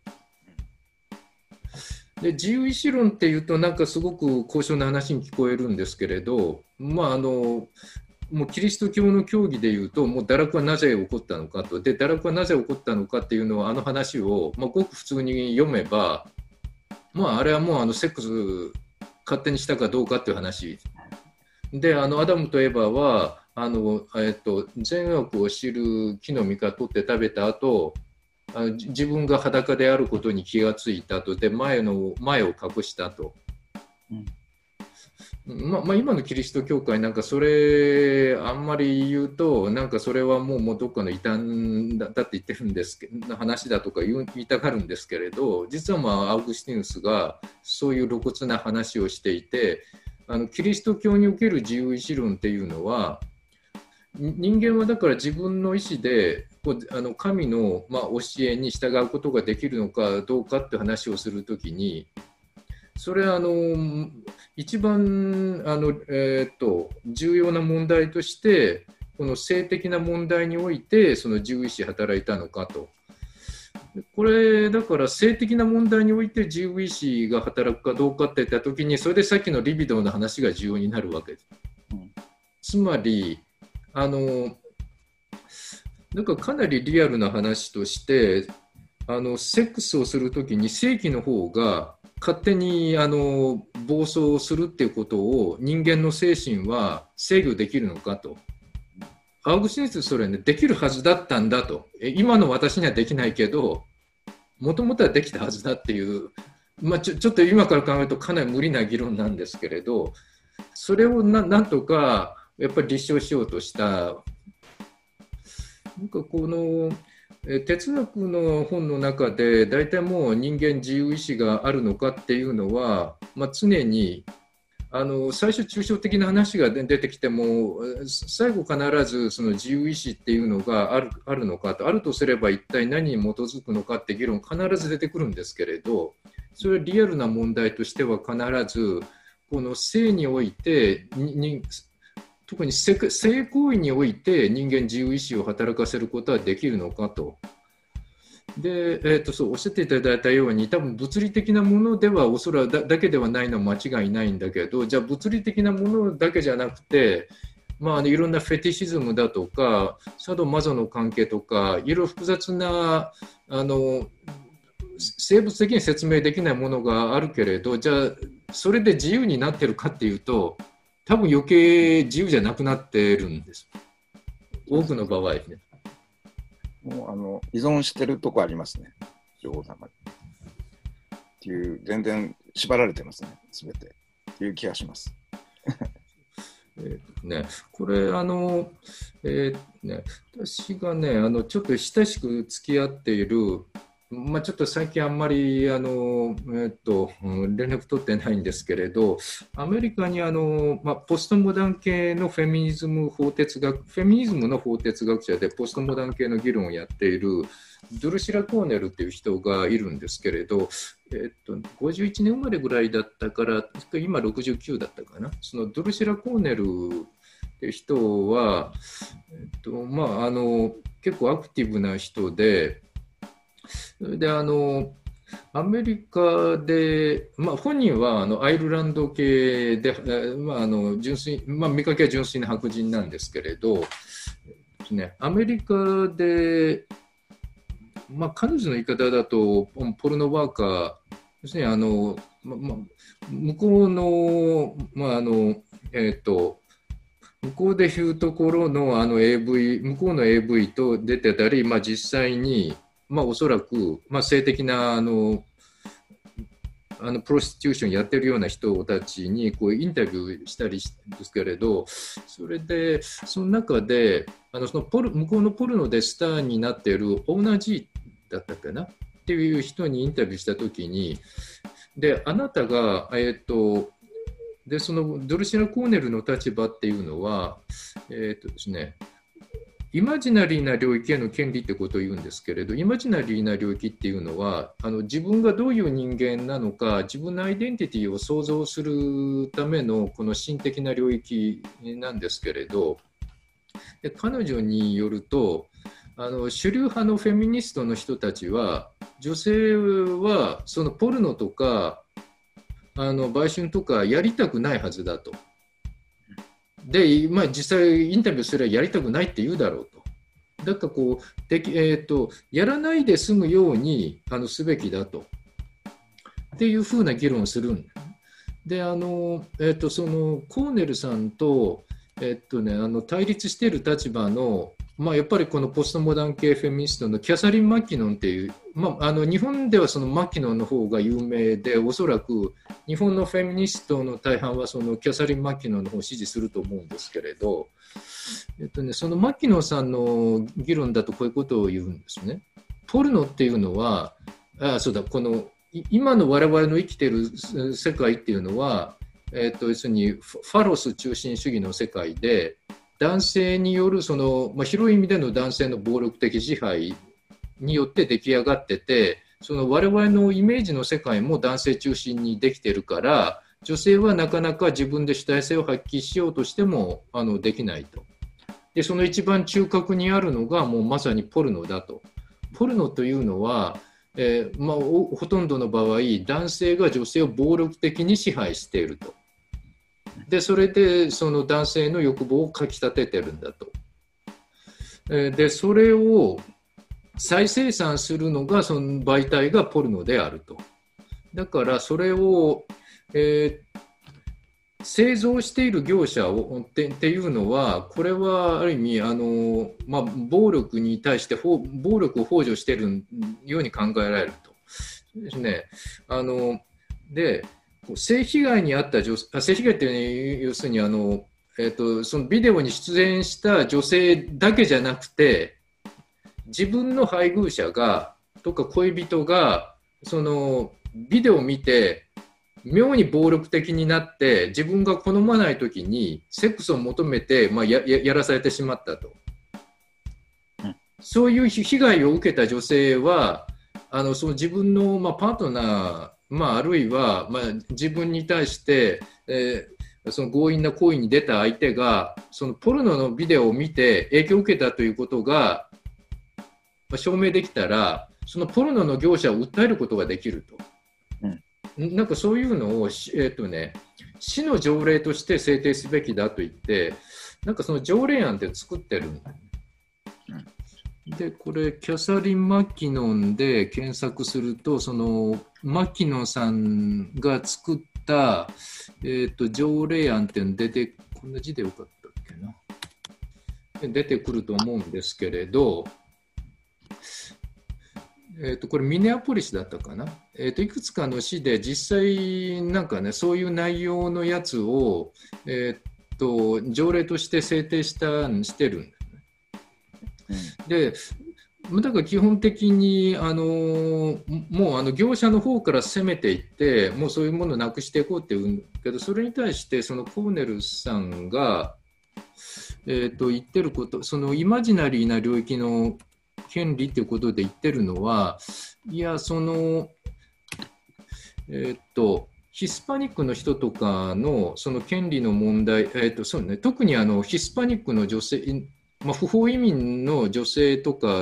で自由意志論っていうとなんかすごく高尚な話に聞こえるんですけれど、もうキリスト教の教義でいうと、もう堕落はなぜ起こったのかと。で堕落はなぜ起こったのかっていうのは話を、ごく普通に読めば、あれはもうセックス勝手にしたかどうかっていう話で、アダムとエバは善悪を知る木の実から取って食べた後、自分が裸であることに気がついたと。で前を隠したと。今のキリスト教会なんかそれあんまり言うとなんかそれはもうどっかの異端だって言ってるんですけど、話だとか言いたがるんですけれど、実はアウグスティヌスがそういう露骨な話をしていて、キリスト教における自由意志論っていうのは、人間はだから自分の意思で神の教えに従うことができるのかどうかって話をするときに、それは一番重要な問題として、この性的な問題においてその自由意志働いたのかと。これだから性的な問題において自由意志が働くかどうかっていったときに、それでさっきのリビドーの話が重要になるわけです。つまりだからかなりリアルな話として、セックスをするときに性器の方が勝手に暴走するっていうことを人間の精神は制御できるのかと。アウグスティヌスそれね、できるはずだったんだと。今の私にはできないけどもともとはできたはずだっていう、ちょっと今から考えるとかなり無理な議論なんですけれど、それをなんとかやっぱり立証しようとした。なんかこの哲学の本の中で大体もう人間自由意志があるのかっていうのは、常に最初抽象的な話が出てきても最後必ずその自由意志っていうのがあるのかと、あるとすれば一体何に基づくのかって議論必ず出てくるんですけれど、それはリアルな問題としては必ずこの性において特に性行為において人間自由意志を働かせることはできるのかと。で、そうおっしゃっていただいたように、多分物理的なものではおそらくだけではないのは間違いないんだけど、じゃあ物理的なものだけじゃなくて、いろんなフェティシズムだとかサドマゾの関係とか、いろいろ複雑な生物的に説明できないものがあるけれど、じゃあそれで自由になってるかっていうと、 多分余計自由じゃなくなってるんです。多くの場合ね。 もう依存してるとこありますね、女王様に。っていう、全然縛られてますね、すべて。っていう気がします。 これ私がねちょっと親しく付き合っている、ちょっと最近あんまり連絡取ってないんですけれど、アメリカにポストモダン系のフェミニズムの法哲学者でポストモダン系の議論をやっているドゥルシラ・コーネルっていう人がいるんですけれど、51年生まれぐらいだったから今69だったかな。そのドゥルシラ・コーネルっていう人は、結構アクティブな人で、アメリカで、本人はアイルランド系で、純粋、見かけは純粋な白人なんですけれど、アメリカで、彼女の言い方だとポルノワーカー、要するに向こうの、向こうでいうところのAV、向こうの AV と出てたり、実際におそらく、性的なプロスティューションやってるような人たちにこうインタビューしたりですけれど、それでその中でその向こうのポルノでスターになっているオーナー G だったかなっていう人にインタビューしたときに、であなたが、でそのドルシラ・コーネルの立場っていうのは、ですね、イマジナリーな領域への権利ってことを言うんですけれど、イマジナリーな領域っていうのは自分がどういう人間なのか、自分のアイデンティティを想像するためのこの心的な領域なんですけれど、で彼女によると主流派のフェミニストの人たちは、女性はそのポルノとか売春とかやりたくないはずだと。で、実際インタビューすればやりたくないって言うだろうと。だからこうやらないで済むようにすべきだとっていうふうな議論をするんで、そのコーネルさんと、対立している立場の、やっぱりこのポストモダン系フェミニストのキャサリン・マキノンっていう、日本ではそのマキノンの方が有名で、おそらく日本のフェミニストの大半はそのキャサリン・マキノンの方を支持すると思うんですけれど、そのマキノンさんの議論だとこういうことを言うんですね。ポルノっていうのは、この今の我々の生きている世界っていうのは、要するにファロス中心主義の世界で、男性による広い意味での男性の暴力的支配によって出来上がってて、その我々のイメージの世界も男性中心にできてるから、女性はなかなか自分で主体性を発揮しようとしてもできないと。でその一番中核にあるのがもうまさにポルノだと。ポルノというのは、ほとんどの場合男性が女性を暴力的に支配していると。でそれでその男性の欲望をかきたててるんだと。でそれを再生産するのがその媒体がポルノであると。だからそれを、製造している業者っていうのは、これはある意味暴力に対して暴力を幇助しているように考えられると。ですね、で性被害に遭った性被害っていうのは要するにそのビデオに出演した女性だけじゃなくて、自分の配偶者がとか恋人がそのビデオを見て妙に暴力的になって自分が好まないときにセックスを求めて、やらされてしまったと。そういう被害を受けた女性はその自分の、パートナー、あるいは、自分に対して、その強引な行為に出た相手がそのポルノのビデオを見て影響を受けたということが証明できたら、そのポルノの業者を訴えることができると。なんかそういうのを、市の条例として制定すべきだと言って、なんかその条例案で作ってるんだ。でこれキャサリン・マキノンで検索すると、そのマキノンさんが作った、条例案っていうのこんな字でよかったっけな。出てくると思うんですけれど、これミネアポリスだったかな、いくつかの市で実際なんかね、そういう内容のやつを、条例として制定してるんですね。でだから基本的にもう業者の方から攻めていって、もうそういうものをなくしていこうっていうんだけど、それに対してそのコーネルさんが、言ってること、そのイマジナリーな領域の権利ということで言ってるのは、いや、ヒスパニックの人とかのその権利の問題、そうね、特にヒスパニックの女性、不法移民の女性とか、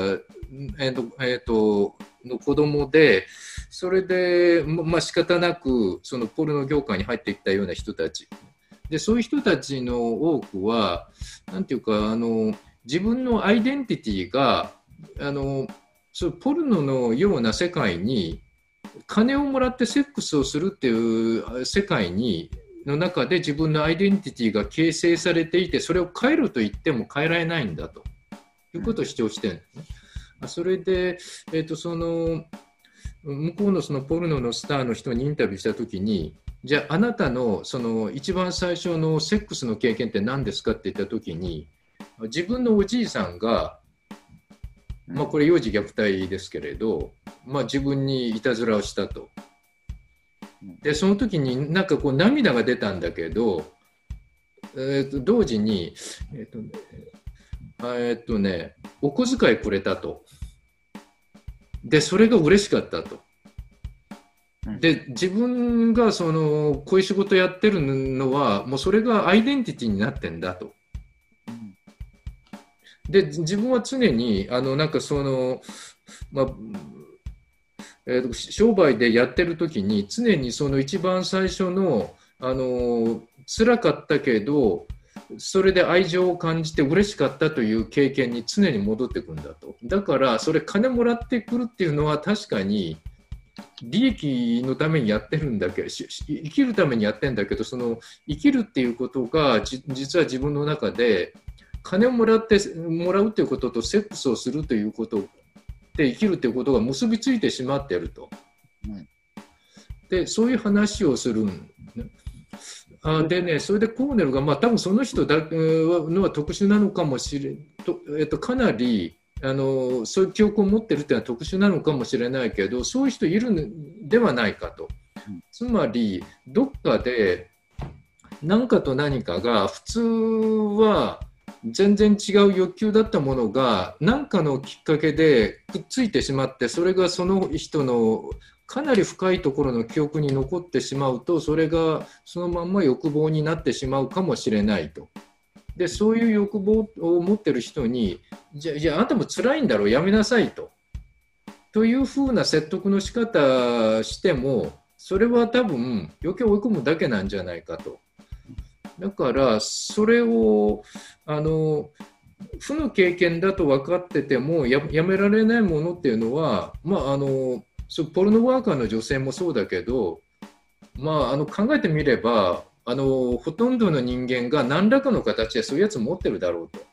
の子供で、それで、仕方なくそのポルノ業界に入っていったような人たちで、そういう人たちの多くは、なんていうか、自分のアイデンティティがそうポルノのような世界に金をもらってセックスをするっていう世界の中で自分のアイデンティティが形成されていて、それを変えると言っても変えられないんだということを主張しているんですね。それで、その向こうのそのポルノのスターの人にインタビューしたときに、じゃああなたのその一番最初のセックスの経験って何ですかって言ったときに、自分のおじいさんが、これ幼児虐待ですけれど、自分にいたずらをしたと。でその時になんかこう涙が出たんだけど、同時に、お小遣いくれたと。でそれが嬉しかったと。で自分がこういう仕事やってるのはもうそれがアイデンティティになってんだと。で自分は常になんか商売でやってる時に常にその一番最初の辛かったけどそれで愛情を感じて嬉しかったという経験に常に戻ってくんだと。だからそれ金もらってくるっていうのは確かに利益のためにやってるんだけど、生きるためにやってるんだけど、その生きるっていうことが実は自分の中で金をもらうということとセックスをするということで生きるということが結びついてしまっていると。でそういう話をするんでね、それでコーネルが、多分その人のは特殊なのかもしれんと、かなりそういう記憶を持っているというのは特殊なのかもしれないけど、そういう人いるのではないかと。つまりどっかで何かと何かが普通は全然違う欲求だったものが何かのきっかけでくっついてしまって、それがその人のかなり深いところの記憶に残ってしまうと、それがそのまま欲望になってしまうかもしれないと。でそういう欲望を持っている人にじゃああなたも辛いんだろう、やめなさいというふうな説得の仕方しても、それは多分余計追い込むだけなんじゃないかと。だからそれを負の経験だと分かってても やめられないものっていうのは、ポルノワーカーの女性もそうだけど、考えてみればほとんどの人間が何らかの形でそういうやつ持ってるだろうと。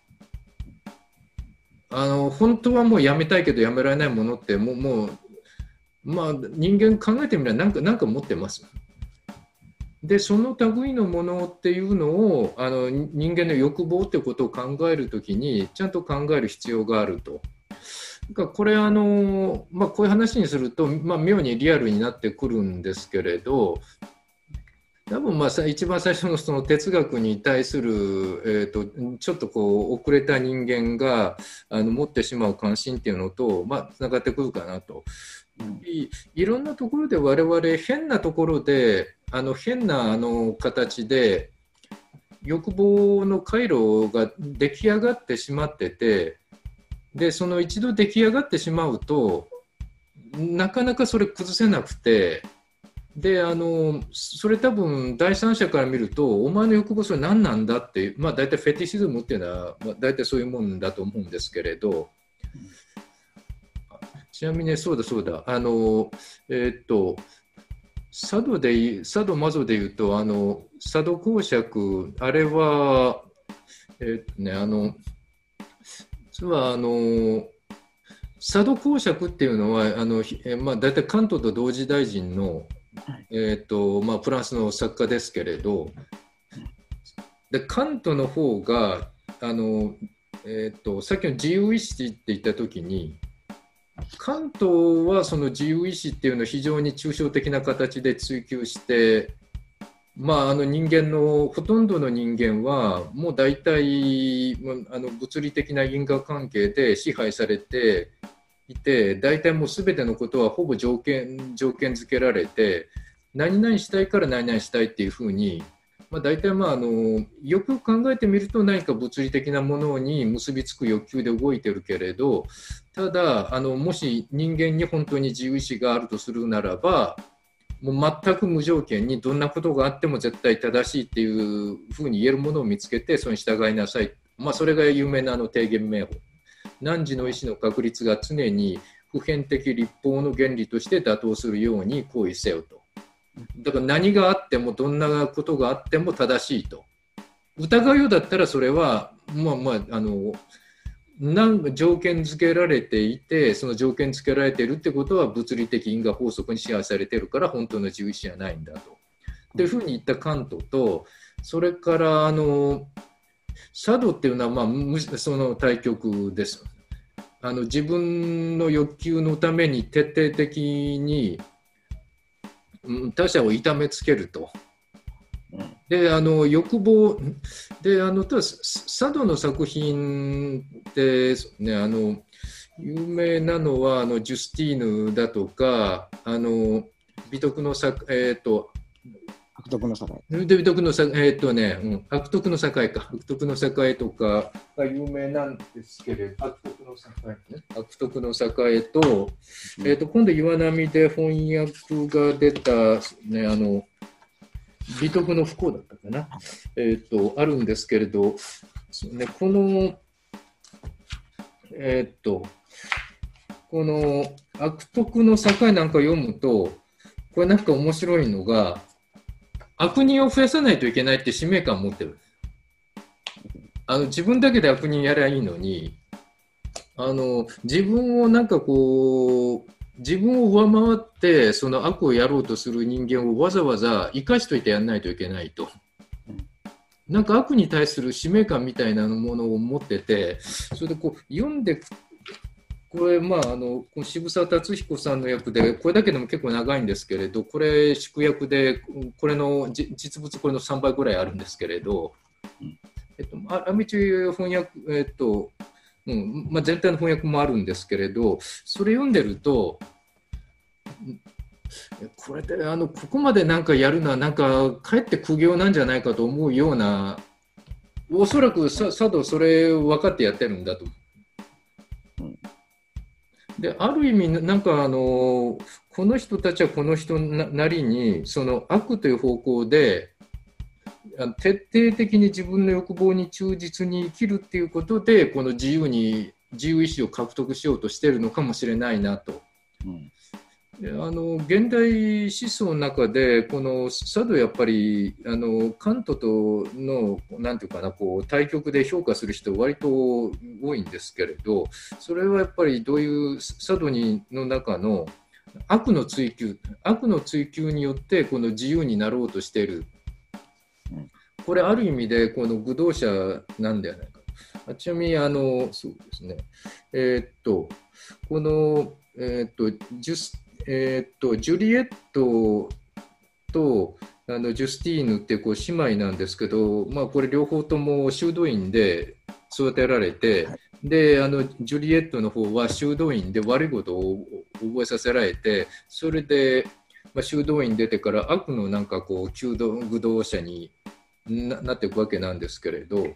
本当はもうやめたいけどやめられないものってもう人間考えてみればなんか持ってます。でその類のものっていうのを人間の欲望ってことを考えるときにちゃんと考える必要があると。これこういう話にすると、妙にリアルになってくるんですけれど、多分一番最初のその哲学に対する、ちょっとこう遅れた人間が持ってしまう関心っていうのとつながってくるかなと。いろんなところで我々変なところで変な形で欲望の回路が出来上がってしまってて、でその一度出来上がってしまうとなかなかそれ崩せなくて、でそれ多分第三者から見るとお前の欲望それ何なんだって、大体フェティシズムっていうのは、大体そういうもんだと思うんですけれど、ちなみにそうだ佐渡マゾで言うと、佐渡公爵、あれは、実は佐渡公爵っていうのは大体関東と同時大臣の、フランスの作家ですけれど、で関東の方がさっきの自由意志って言ったときに、関東はその自由意志っていうのを非常に抽象的な形で追求して、人間のほとんどの人間はもう大体物理的な因果関係で支配されていて、大体もう全てのことはほぼ条件付けられて、何々したいから何々したいっていうふうに、大体よく考えてみると何か物理的なものに結びつく欲求で動いてるけれど、ただもし人間に本当に自由意志があるとするならば、もう全く無条件にどんなことがあっても絶対正しいっていうふうに言えるものを見つけて、それに従いなさい、それが有名な定言明法、汝の意思の確率が常に普遍的立法の原理として妥当するように行為せよと。だから何があってもどんなことがあっても正しいと。疑うようだったらそれは条件付けられていて、その条件付けられているってことは物理的因果法則に支配されているから本当の自由意志じゃないんだと。っていうふうに言ったカントと、それから佐渡っていうのはその対極です。自分の欲求のために徹底的に他者を痛めつけると。で欲望で佐渡の作品で、ね、有名なのはジュスティーヌだとか美徳の悪徳の境、悪徳の境とかが有名なんですけれど、悪徳の境と、今度岩波で翻訳が出た、美徳の不幸だったかな、あるんですけれど、このこの悪徳の境なんか読むと、これなんか面白いのが、悪人を増やさないといけないって使命感を持ってる。自分だけで悪人やりゃいいのに、自分を自分を上回ってその悪をやろうとする人間をわざわざ生かしといてやらないといけないと。なんか悪に対する使命感みたいなものを持ってて、それで読んでこれ渋沢達彦さんの役で、これだけでも結構長いんですけれど、これ縮約でこれの実物これの3倍ぐらいあるんですけれど、阿部中翻訳、全体の翻訳もあるんですけれど、それ読んでると、これでここまでなんかやるのはなんかかえって苦行なんじゃないかと思うような、おそらく佐渡それ分かってやってるんだと。である意味なんかこの人たちはこの人なりにその悪という方向で徹底的に自分の欲望に忠実に生きるっていうことで、この自由意志を獲得しようとしているのかもしれないなと。で現代思想の中でこの佐渡やっぱりカントとのなんていうかな対極で評価する人割と多いんですけれど、それはやっぱりどういう佐渡の中の悪の追求によってこの自由になろうとしている、これある意味でこの愚道者なんではないか。ちなみにそうですね、このジュリエットとジュスティーヌって姉妹なんですけど、これ両方とも修道院で育てられて、でジュリエットの方は修道院で悪いことを覚えさせられて、それで、修道院出てから悪のなんか愚道者になっていくわけなんですけれど、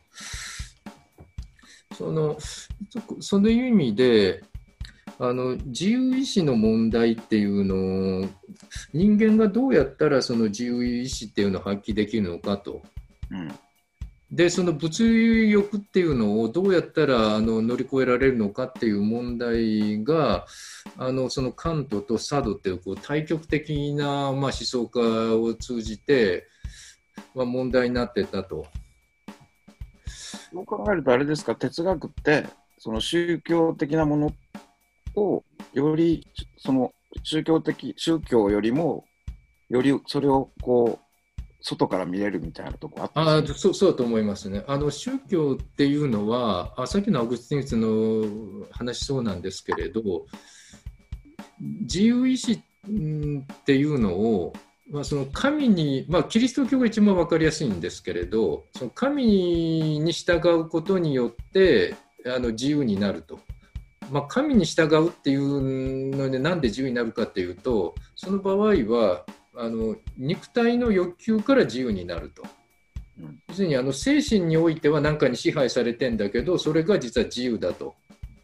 その意味で自由意志の問題っていうのを人間がどうやったらその自由意志っていうのを発揮できるのかと、 で、その物欲っていうのをどうやったら乗り越えられるのかっていう問題が、そのカントとサドっていう対極的な、思想家を通じて、問題になってたと。 そう考えるとあれですか、哲学ってその宗教的なものをよりその宗教よりもよりそれをこう外から見れるみたいなとこあったんですか？ そうだと思いますね。宗教っていうのは、さっきのアグスティヌスの話そうなんですけれど、自由意志っていうのを、その神に、キリスト教が一番分かりやすいんですけれど、その神に従うことによって自由になると。神に従うっていうのでなんで自由になるかっていうと、その場合は肉体の欲求から自由になると。要するに精神においては何かに支配されてんだけど、それが実は自由だと。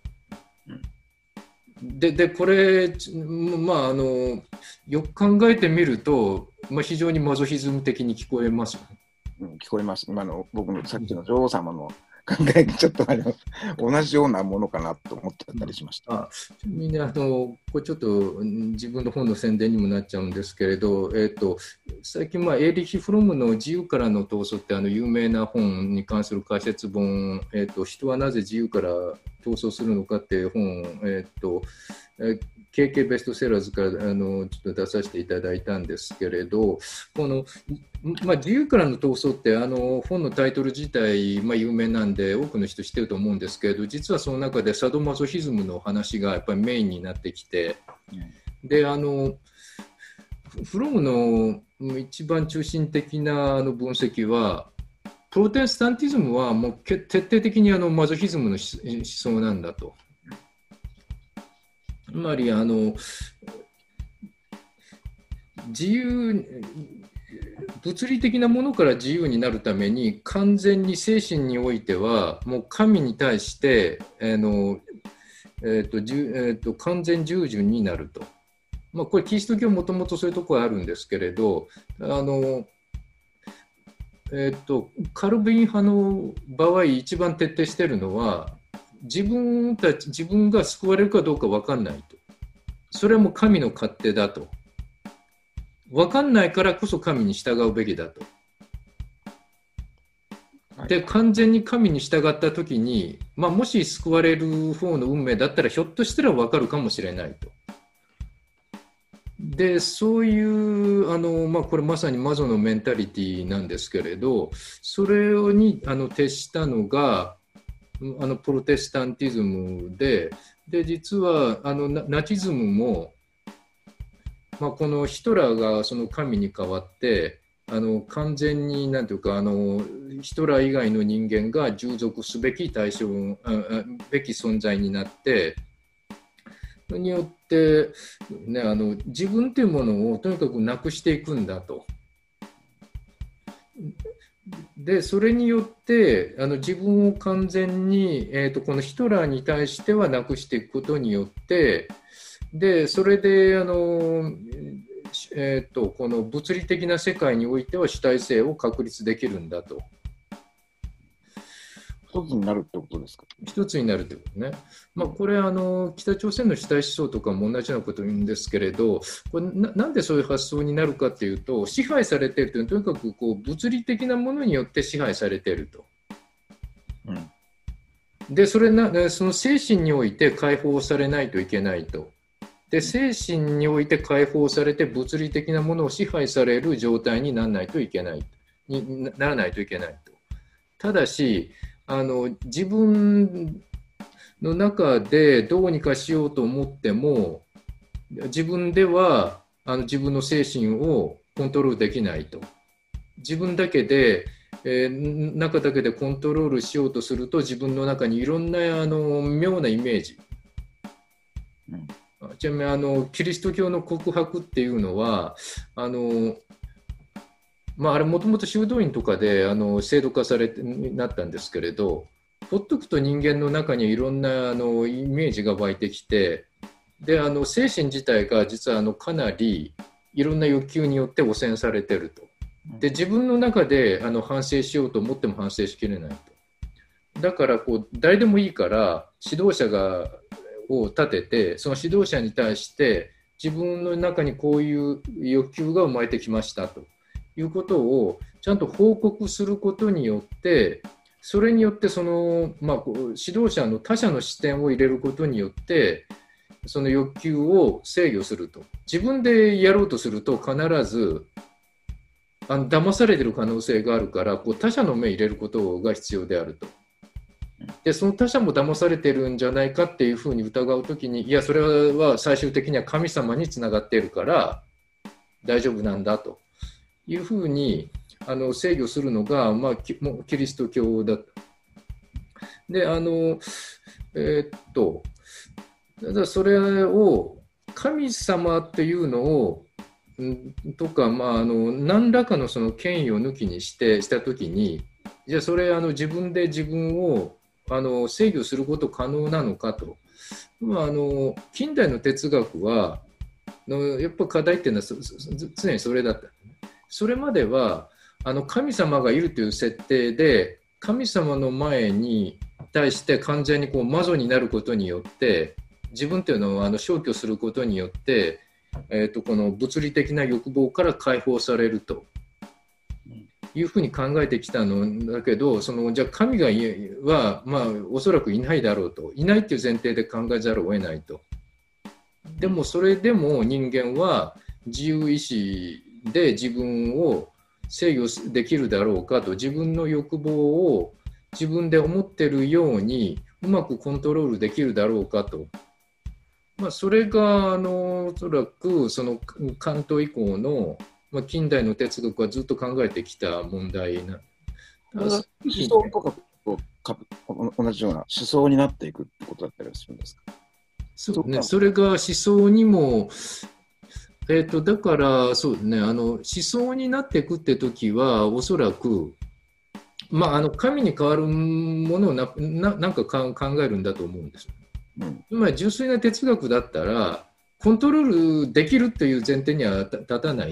でこれ、よく考えてみると、非常にマゾヒズム的に聞こえます。 聞こえます。今の僕のさっきの女王様の考えにちょっと同じようなものかなと思ってたりしました。 みんなこれちょっと自分の本の宣伝にもなっちゃうんですけれど、最近、エーリヒ・フロムの自由からの闘争って有名な本に関する解説本、人はなぜ自由から闘争するのかっていう本、KK ベストセラーズからちょっと出させていただいたんですけれど、この自由からの闘争って本のタイトル自体、有名なんで多くの人知ってると思うんですけれど、実はその中でサドマゾヒズムの話がやっぱりメインになってきて、でフロムの一番中心的な分析は、プロテスタンティズムはもう徹底的にマゾヒズムの思想なんだと。つまり物理的なものから自由になるために、完全に精神においてはもう神に対して完全従順になると。これキリスト教もともとそういうところあるんですけれど、カルビン派の場合一番徹底しているのは、自分が救われるかどうか分かんないと。それはもう神の勝手だと。分かんないからこそ神に従うべきだと。で、完全に神に従ったときに、もし救われる方の運命だったらひょっとしたら分かるかもしれないと。で、そういうこれまさにマゾのメンタリティなんですけれど、それに徹したのがプロテスタンティズムで、実はナチズムも、このヒトラーがその神に代わって完全になんていうかヒトラー以外の人間が従属すべき対象べき存在になって、それによって、自分というものをとにかくなくしていくんだと。でそれによって自分を完全に、このヒトラーに対してはなくしていくことによって、でそれでこの物理的な世界においては主体性を確立できるんだと。 一つになるってことですか？ 一つになるってことね。これ北朝鮮の主体思想とかも同じようなことを言うんですけれど、これなんでそういう発想になるかっていうと、支配されているというのはとにかく物理的なものによって支配されていると。でその精神において解放されないといけないと。で精神において解放されて物理的なものを支配される状態にならないといけないと。ただし自分の中でどうにかしようと思っても、自分では自分の精神をコントロールできないと。自分だけで、中だけでコントロールしようとすると、自分の中にいろんな妙なイメージ、ちなみにキリスト教の告白っていうのはあれもともと修道院とかで制度化されてなったんですけれど、ほっとくと人間の中にいろんなイメージが湧いてきて、で精神自体が実はかなりいろんな欲求によって汚染されていると。 で自分の中で反省しようと思っても反省しきれないと。だから誰でもいいから指導者を立てて、その指導者に対して自分の中にこういう欲求が生まれてきましたということをちゃんと報告することによって、それによって指導者の他者の視点を入れることによってその欲求を制御すると。自分でやろうとすると必ず騙されてる可能性があるから、他者の目を入れることが必要であると。でその他者も騙されてるんじゃないかっていうふうに疑うときに、いやそれは最終的には神様につながっているから大丈夫なんだというふうに制御するのが、キリスト教だと。でただそれを神様っていうのをとか、何らかのその権威を抜きにしたときに、じゃあそれ自分で自分を制御すること可能なのかと。近代の哲学はやっぱ課題っていうのは常にそれだった。それまでは神様がいるという設定で、神様の前に対して完全に魔女になることによって自分というのを消去することによって、この物理的な欲望から解放されるというふうに考えてきたのだけど、じゃあ神は、おそらくいないだろうと、いないという前提で考えざるを得ないと。でもそれでも人間は自由意志で自分を制御できるだろうかと、自分の欲望を自分で思っているようにうまくコントロールできるだろうかと。それがおそらくそのカント以降の、近代の哲学はずっと考えてきた問題な。 思想とかと同じような思想になっていくってことだったりするんですか？ そうね、それが思想にも、だからそうね、思想になっていくって時はおそらく、神に代わるものをなんか考えるんだと思うんです。つまり純粋な哲学だったらコントロールできるという前提には立たない。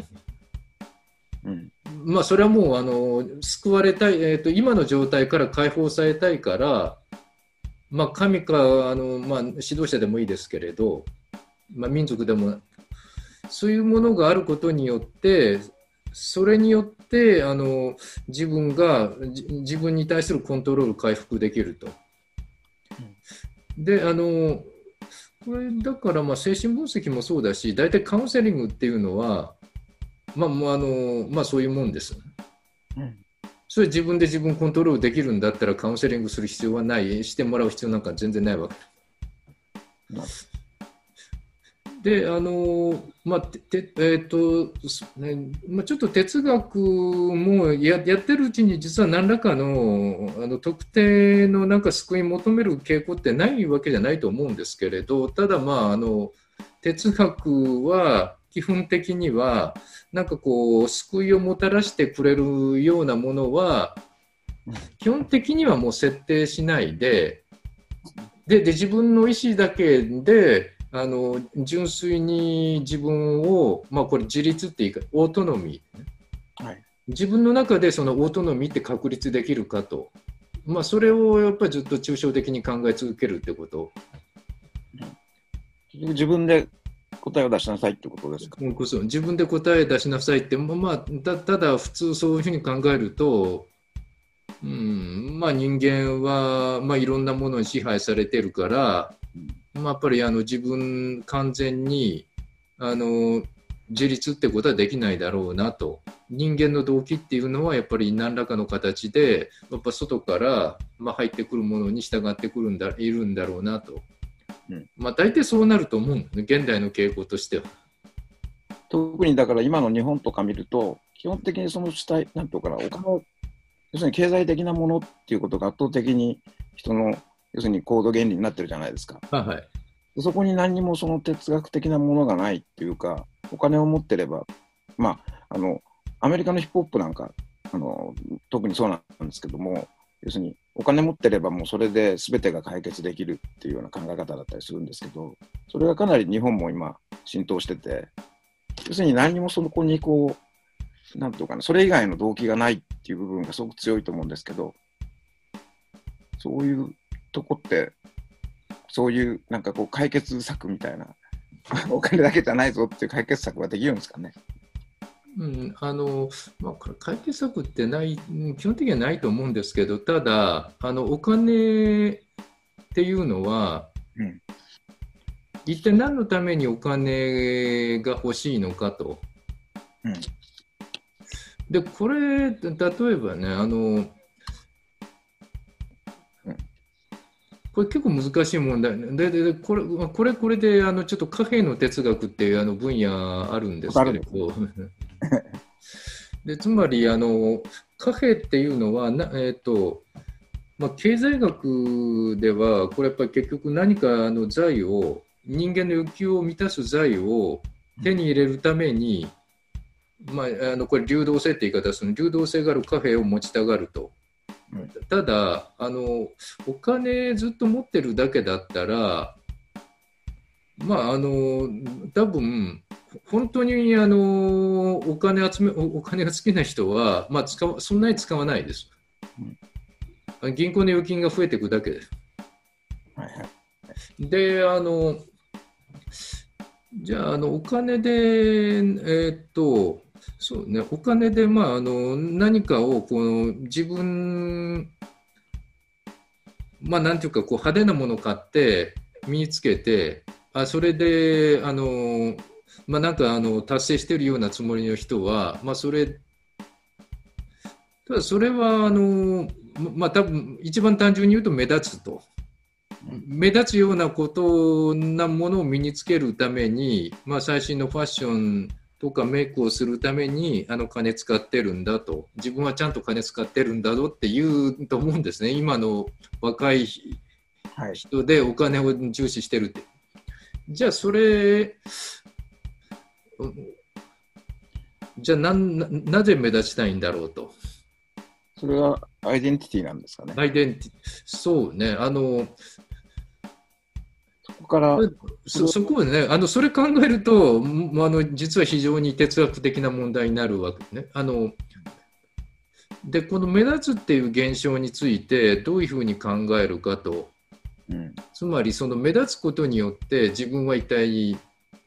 それはもう救われたい、今の状態から解放されたいから、神か指導者でもいいですけれど、民族でもそういうものがあることによって、それによって自分に対するコントロール回復できると。でこれだから精神分析もそうだし、大体カウンセリングっていうのはそういうもんです。それ自分で自分コントロールできるんだったらカウンセリングする必要はない、してもらう必要なんか全然ないわけで、ちょっと哲学もやってるうちに実は何らかの特定のなんか救い求める傾向ってないわけじゃないと思うんですけれど、ただ哲学は基本的にはなんか救いをもたらしてくれるようなものは基本的にはもう設定しないで、自分の意思だけで純粋に自分を、これ自立っていうかオートノミー、自分の中でそのオートノミーって確立できるかと、それをやっぱりずっと抽象的に考え続けるってこと。 自分で答えを出しなさいってことですか？ 自分で答え出しなさいって、ただ普通そういうふうに考えると、人間は、いろんなものに支配されてるから、やっぱり自分完全に自立ってことはできないだろうなと。人間の動機っていうのはやっぱり何らかの形でやっぱ外から入ってくるものに従っているんだろうなと。大体そうなると思うんですね、現代の傾向としては。 特にだから今の日本とか見ると基本的にその主体なんていうかな、お金を要するに経済的なものっていうことが圧倒的に人の要するに行動原理になってるじゃないですか。そこに何にもその哲学的なものがないっていうか、お金を持ってれば、アメリカのヒップホップなんか特にそうなんですけども、要するにお金持ってればもうそれで全てが解決できるっていうような考え方だったりするんですけど、それがかなり日本も今浸透してて、要するに何にもそこになんとかね、それ以外の動機がないっていう部分がすごく強いと思うんですけど、そういうとこって、そういうなんかこう解決策みたいな、お金だけじゃないぞっていう解決策はできるんですかね。 これ解決策ってない、基本的にはないと思うんですけど、ただ、お金っていうのは、一体何のためにお金が欲しいのかと。で、これ、例えばね、これ結構難しい問題で、これでちょっと貨幣の哲学っていう分野あるんですけれど、でつまり貨幣っていうのは経済学ではこれやっぱり結局何か財を人間の欲求を満たす財を手に入れるために、これ流動性って言い方する流動性がある貨幣を持ちたがると。ただお金ずっと持ってるだけだったら多分本当にお金が好きな人は、そんなに使わないです。銀行の預金が増えていくだけです。でじゃあお金でそうね、お金で、何かをこの自分、なんていうかこう派手なものを買って身につけて、それでなんか達成しているようなつもりの人は、ただそれは多分一番単純に言うと目立つと。目立つようなことなものを身につけるために、最新のファッションとかメイクをするために金使ってるんだと、自分はちゃんと金使ってるんだぞって言うと思うんですね。今の若い人でお金を重視してるって、じゃあそれじゃあなぜ目立ちたいんだろうと。 それはアイデンティティなんですかね。 アイデンティティ、そうね、そこはね、それ考えると、実は非常に哲学的な問題になるわけね。で、この目立つっていう現象についてどういうふうに考えるかと。つまり、その目立つことによって自分は一体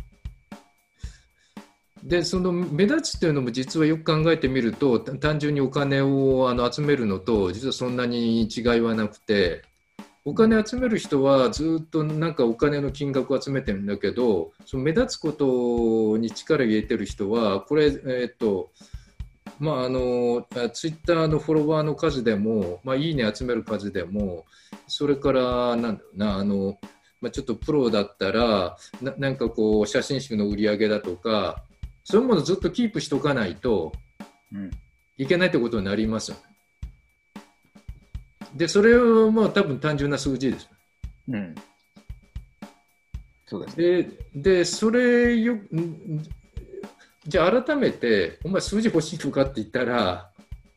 で、その目立つっていうのも実はよく考えてみると、単純にお金を集めるのと実はそんなに違いはなくて、お金集める人はずっとなんかお金の金額を集めてるんだけど、その目立つことに力を入れてる人はこれ、ツイッターのフォロワーの数でも、いいね集める数でも、それからなんだろうな、ちょっとプロだったらなんかこう写真集の売り上げだとか、そういうものをずっとキープしておかないといけないってことになりますよね。で、それは多分単純な数字です。 そうですね。 で、それじゃあ改めて、お前数字欲しいのかって言ったら、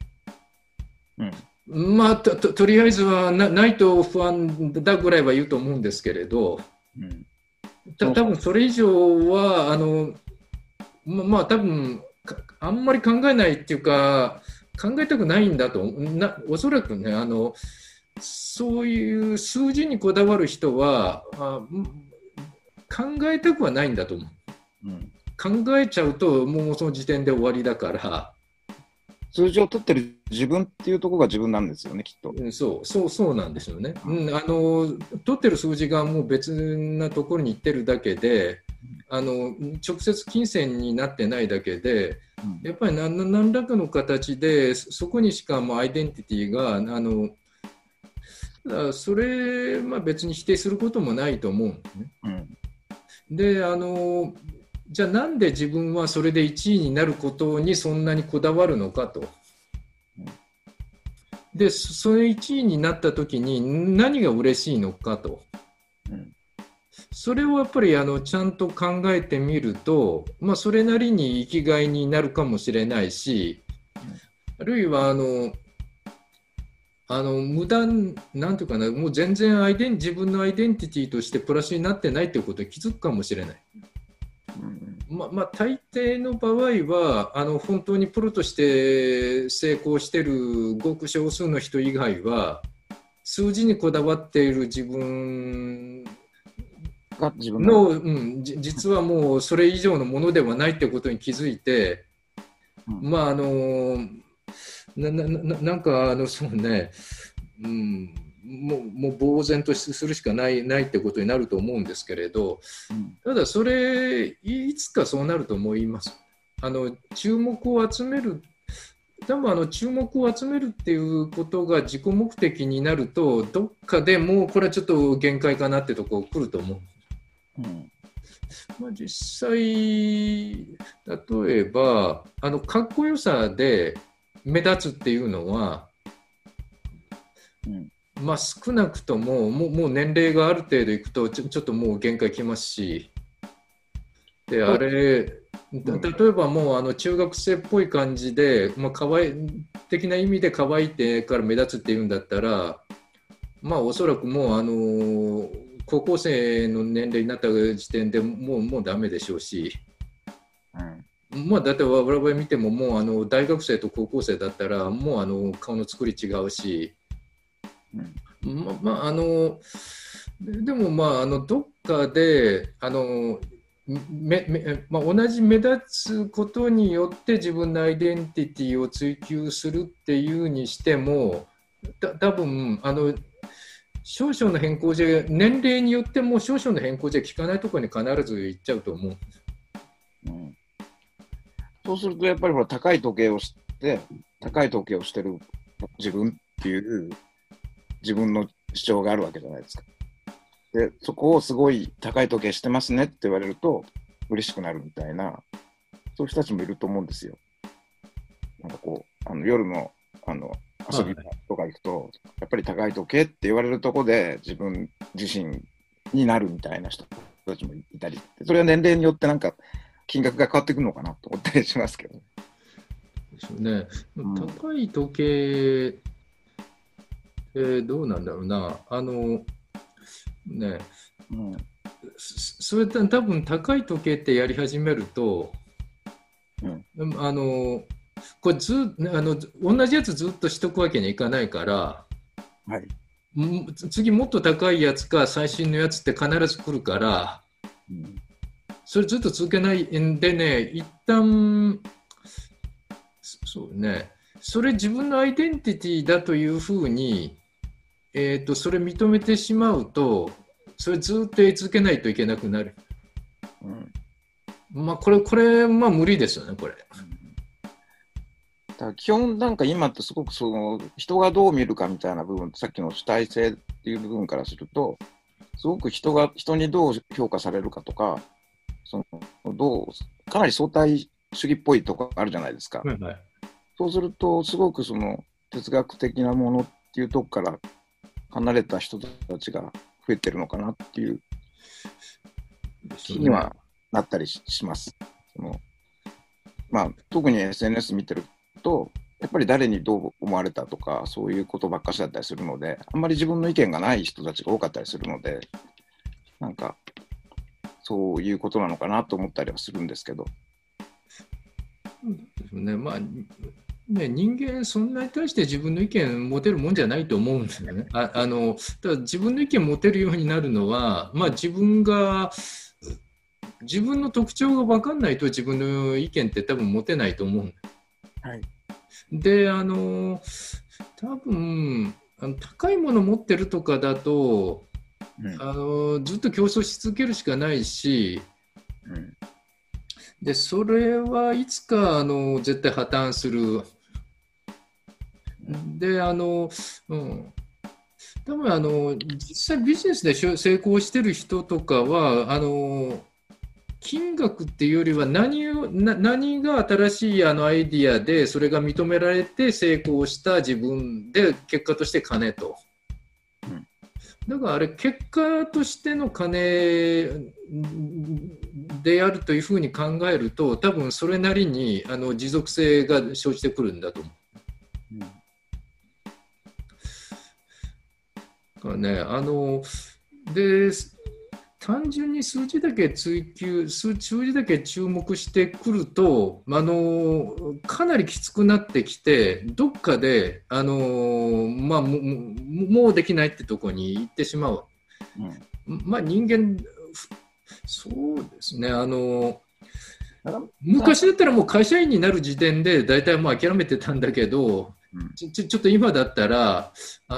とりあえずはないと不安だぐらいは言うと思うんですけれど、多分それ以上は多分あんまり考えないっていうか、考えたくないんだと。おそらくね、そういう数字にこだわる人は考えたくはないんだと思う。考えちゃうともうその時点で終わりだから。 数字を取ってる自分っていうところが自分なんですよね、きっと。 そうなんですよね。取ってる数字がもう別なところに行ってるだけで、直接金銭になってないだけで、やっぱり何らかの形でそこにしかもうアイデンティティがそれ別に否定することもないと思うんですね。でじゃあなんで自分はそれで1位になることにそんなにこだわるのかと。でその1位になった時に何が嬉しいのかと。それをやっぱりちゃんと考えてみると、それなりに生きがいになるかもしれないし、あるいは無駄なんていうかな、もう全然自分のアイデンティティとしてプラスになってないということに気づくかもしれない。 大抵の場合は本当にプロとして成功しているごく少数の人以外は数字にこだわっている自分の、実はもうそれ以上のものではないってことに気づいて、なんかそうね、もう呆然とするしかないってことになると思うんですけれど、ただそれいつかそうなると思います。注目を集める、多分注目を集めるっていうことが自己目的になると、どっかでもうこれはちょっと限界かなってとこ来ると思う。実際例えばかっこよさで目立つっていうのは、少なくとももう年齢がある程度いくとちょっともう限界きますし、であれ例えばもう中学生っぽい感じで、可愛い的な意味で可愛いってから目立つっていうんだったら、おそらくもう高校生の年齢になった時点でもうダメでしょうし、だって我々見てももう大学生と高校生だったらもう顔の作り違うし、でもどっかで同じ目立つことによって自分のアイデンティティを追求するっていうにしても、多分少々の変更じゃ、年齢によっても少々の変更じゃ効かないところに必ず行っちゃうと思う。 そうするとやっぱり高い時計をしてる自分っていう自分の主張があるわけじゃないですか。でそこをすごい高い時計してますねって言われると嬉しくなるみたいな、そういう人たちもいると思うんですよ。なんかこう夜の遊びとか行くと、やっぱり高い時計って言われるとこで自分自身になるみたいな人たちもいたり、それは年齢によってなんか金額が変わってくるのかなと思ったりしますけどね。高い時計どうなんだろうな、それ多分高い時計ってやり始めると、これ同じやつずっとしとくわけにはいかないから、次もっと高いやつか最新のやつって必ず来るから、それずっと続けないんでね、一旦そうね、それ自分のアイデンティティだというふうにそれ認めてしまうと、それずっとやり続けないといけなくなる。これ無理ですよね、これ。 だから基本なんか今ってすごくその人がどう見るかみたいな部分、さっきの主体性っていう部分からすると、すごく人にどう評価されるかとか、かなり相対主義っぽいところあるじゃないですか。そうするとすごくその哲学的なものっていうとこから離れた人たちが増えてるのかなっていう気にはなったりします。特に SNS 見てるとやっぱり誰にどう思われたとかそういうことばっかしだったりするので、あんまり自分の意見がない人たちが多かったりするので、なんかそういうことなのかなと思ったりはするんですけど。 人間そんなに対して自分の意見持てるもんじゃないと思うんですよね。ただ自分の意見持てるようになるのは、自分の特徴が分かんないと自分の意見って多分持てないと思う。で多分高いもの持ってるとかだと、ずっと競争し続けるしかないし、でそれはいつか絶対破綻する。で多分実際ビジネスで成功してる人とかは金額っていうよりは何が新しいアイディアでそれが認められて成功した自分で結果として金と。だからあれ結果としての金であるというふうに考えると、多分それなりに持続性が生じてくるんだと思う。 単純に数字だけ数字だけ注目してくると、かなりきつくなってきて、どっかで、もうできないってとこに行ってしまう。人間、そうですね、昔だったらもう会社員になる時点で大体もう諦めてたんだけど、ちょっと今だったら、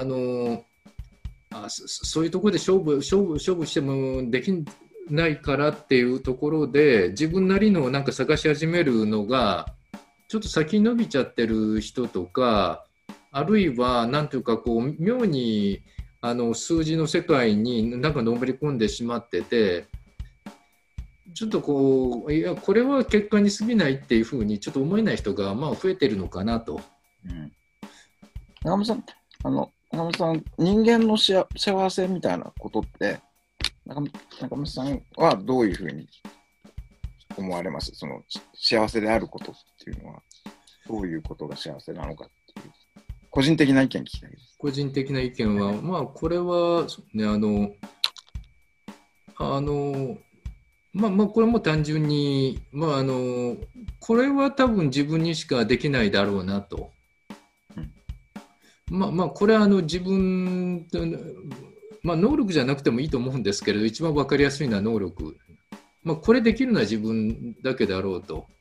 そういうところで勝負してもできないからっていうところで自分なりのなんか探し始めるのがちょっと先に伸びちゃってる人とか、あるいはなんていうかこう妙に数字の世界になんかのめり込んでしまってて、ちょっとこういやこれは結果に過ぎないっていうふうにちょっと思えない人が増えてるのかなと。 中村さん、中村さん、人間の幸せみたいなことって、中村さんはどういうふうに思われます？その幸せであることっていうのは、どういうことが幸せなのかっていう、個人的な意見聞きたいです。 個人的な意見は、これは、ね、これも単純に、これは多分自分にしかできないだろうなと。これは自分、能力じゃなくてもいいと思うんですけれど、一番分かりやすいのは能力。これできるのは自分だけだろうと。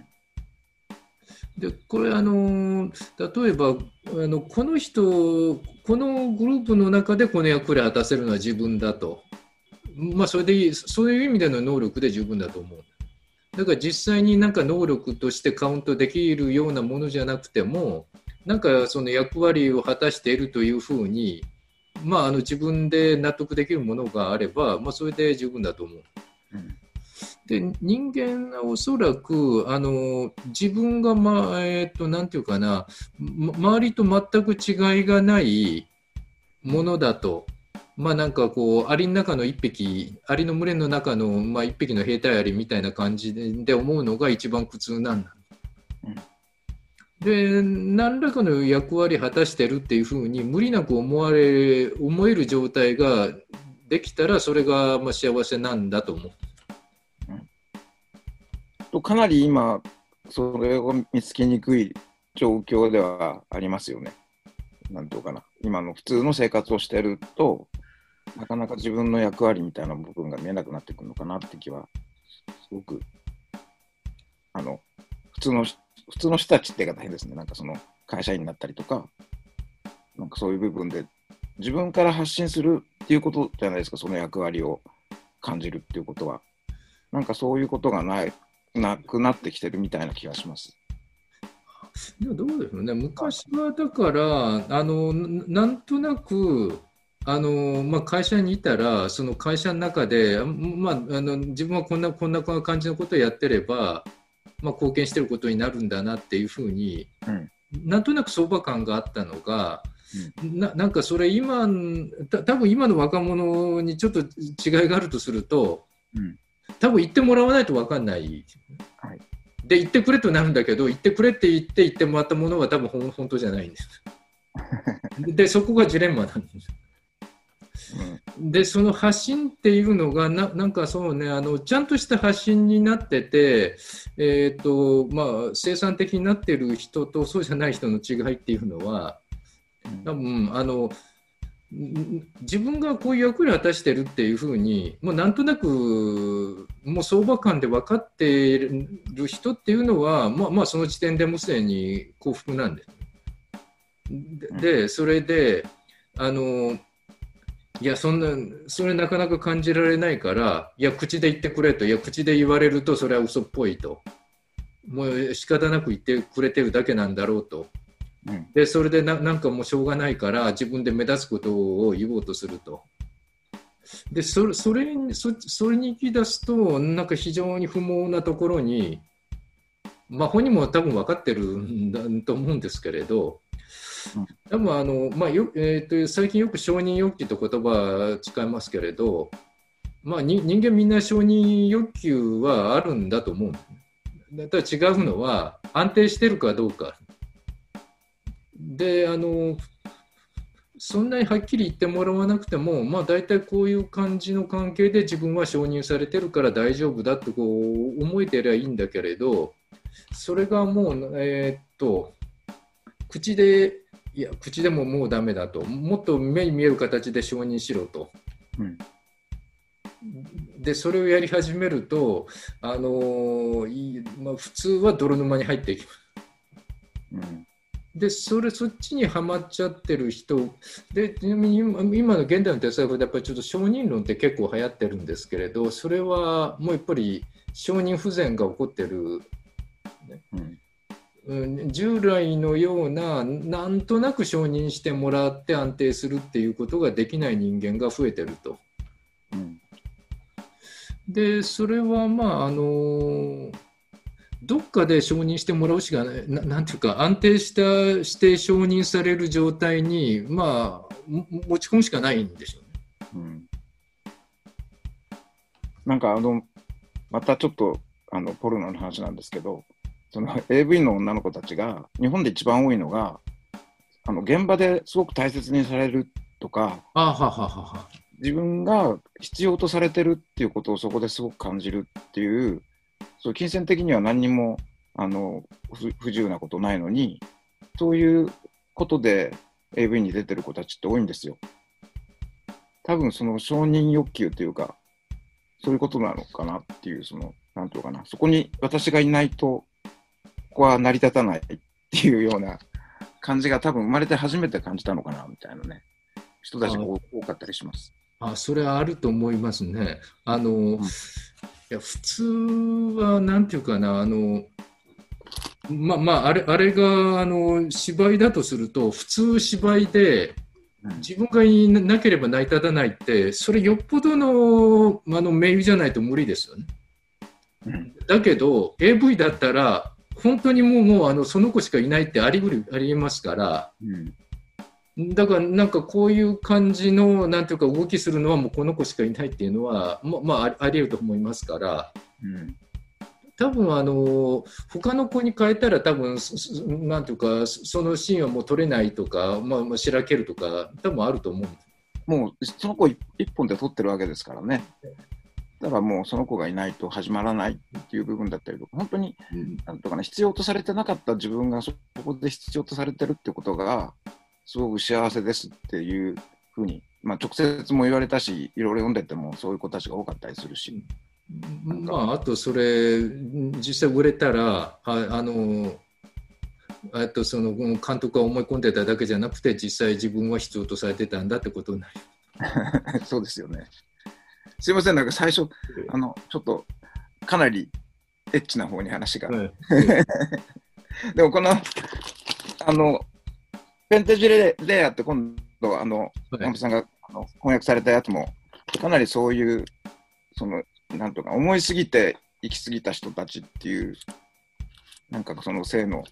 でこれ例えばこの人、このグループの中でこの役割を果たせるのは自分だと。それでいい、そういう意味での能力で十分だと思う。だから実際になんか能力としてカウントできるようなものじゃなくても、なんかその役割を果たしているというふうに、自分で納得できるものがあれば、それで十分だと思う。で人間はおそらく自分が、なんていうかな、周りと全く違いがないものだと。なんかこうアリの中の一匹、アリの群れの中の、一匹の兵隊アリみたいな感じで思うのが一番苦痛なんだ。で何らかの役割を果たしてるっていうふうに無理なく思える状態ができたら、それが幸せなんだと思う。 かなり今それを見つけにくい状況ではありますよね。なんていうかな、今の普通の生活をしてるとなかなか自分の役割みたいな部分が見えなくなってくるのかなって気はすごく普通の人たちっていうか大変ですね。なんかその会社員になったりとか、なんかそういう部分で自分から発信するっていうことじゃないですか。その役割を感じるっていうことは、なんかそういうことがなくなってきてるみたいな気がします。 どうですね。昔はだからなんとなく会社にいたら、その会社の中で、自分はこんな感じのことをやってれば、貢献していることになるんだなっていうふうに、なんとなく相場感があったのが、なんかそれ多分今の若者にちょっと違いがあるとすると、多分言ってもらわないと分かんない。で言ってくれとなるんだけど、言ってくれって言ってもらったものは多分本当じゃないんです。でそこがジレンマなんです。でその発信っていうのがなんかそうね、ちゃんとした発信になってて、生産的になっている人とそうじゃない人の違いっていうのは、多分自分がこういう役割を果たしているっていうふうにもうなんとなくもう相場感で分かっている人っていうのは、その時点でもうすでに幸福なんです。でそれでいやそれなかなか感じられないから、いや口で言ってくれと、いや口で言われるとそれは嘘っぽいと、もう仕方なく言ってくれてるだけなんだろうと、でそれでなんかもうしょうがないから自分で目立つことを言おうとすると。でそれに行き出すとなんか非常に不毛なところに、本人も多分分かってるんだと思うんですけれど、多分最近よく承認欲求と言葉使いますけれど、人間みんな承認欲求はあるんだと思う。だから違うのは安定してるかどうかで、 そんなにはっきり言ってもらわなくても、まあ、大体こういう感じの関係で自分は承認されてるから大丈夫だってこう思えてりゃいいんだけれど、それがもう、口で、いや、口でももうダメだと、もっと目に見える形で承認しろと。 うん、 でそれをやり始めると、まあ、普通は泥沼に入っていきます。 うん、 でそっちにはまっちゃってる人で、ちなみに今の現代の哲学でやっぱりちょっと承認論って結構流行ってるんですけれど、それはもうやっぱり承認不全が起こってる、ね、従来のようななんとなく承認してもらって安定するっていうことができない人間が増えてると。でそれはまあどっかで承認してもらうしかない、なんていうか安定して承認される状態に、まあ、持ち込むしかないんでしょうね。 なんかまたちょっとポルノの話なんですけど、その AV の女の子たちが日本で一番多いのが現場ですごく大切にされるとか、自分が必要とされてるっていうことをそこですごく感じるっていう、そう金銭的には何にも不自由なことないのに、そういうことで AV に出てる子たちって多いんですよ。多分その承認欲求というか、そういうことなのかなっていう、なんていうかな、そこに私がいないとここは成り立たないっていうような感じが多分生まれて初めて感じたのかなみたいなね、人たちが多かったりします。 それはあると思いますね。いや普通はなんていうかな、あれが芝居だとすると、普通芝居で自分がいなければ成り立たないって、それよっぽどの名誉じゃないと無理ですよね。だけど AV だったら本当にもうその子しかいないってありえますから、だからなんかこういう感じのなんていうか動きするのはもうこの子しかいないっていうのはあり得ると思いますから、多分他の子に変えたら多分なんていうかそのシーンはもう撮れないとか、しらけるとか多分あると思う。 もうその子一本で撮ってるわけですからね。だからもうその子がいないと始まらないっていう部分だったりとか、本当になんとかね、必要とされてなかった自分がそこで必要とされてるってことがすごく幸せですっていうふうに、直接も言われたし、いろいろ読んでてもそういう子たちが多かったりするし、 あとそれ実際売れたらその監督が思い込んでただけじゃなくて、実際自分は必要とされてたんだってことになる。 そうですよね。すいません、なんか最初ちょっとかなりエッチな方に話が、でもこのペンテジレアって今度山本さんが翻訳されたやつもかなりそういうなんとか思いすぎて行き過ぎた人たちっていう、なんかその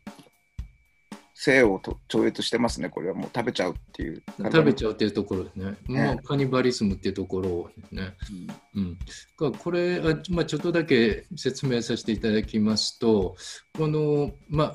性を超越してますね。これはもう食べちゃうっていうところですね。カニバリズムっていうところですね。これちょっとだけ説明させていただきますと、この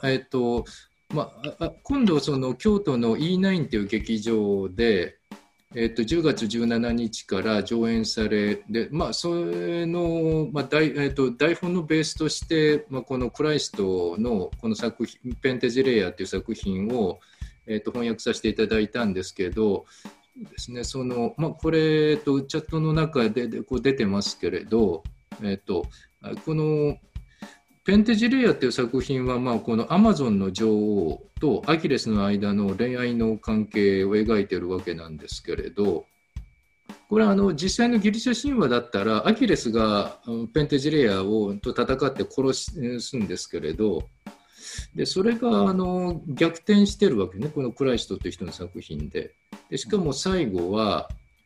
今度その京都の E9 という劇場で10月17日から上演されで、それの、台本のベースとして、このクライストのこの作品ペンテジレイヤーという作品を、翻訳させていただいたんですけどですね、これ、チャットの中でこう出てますけれど、このペンテジレイヤーという作品は、このアマゾンの女王とアキレスの間の恋愛の関係を描いているわけなんですけれど、これは実際のギリシャ神話だったらアキレスがペンテジレイヤーと戦って殺すんですけれど、でそれが逆転してるわけね、このクライストという人の作品で。しかも最後は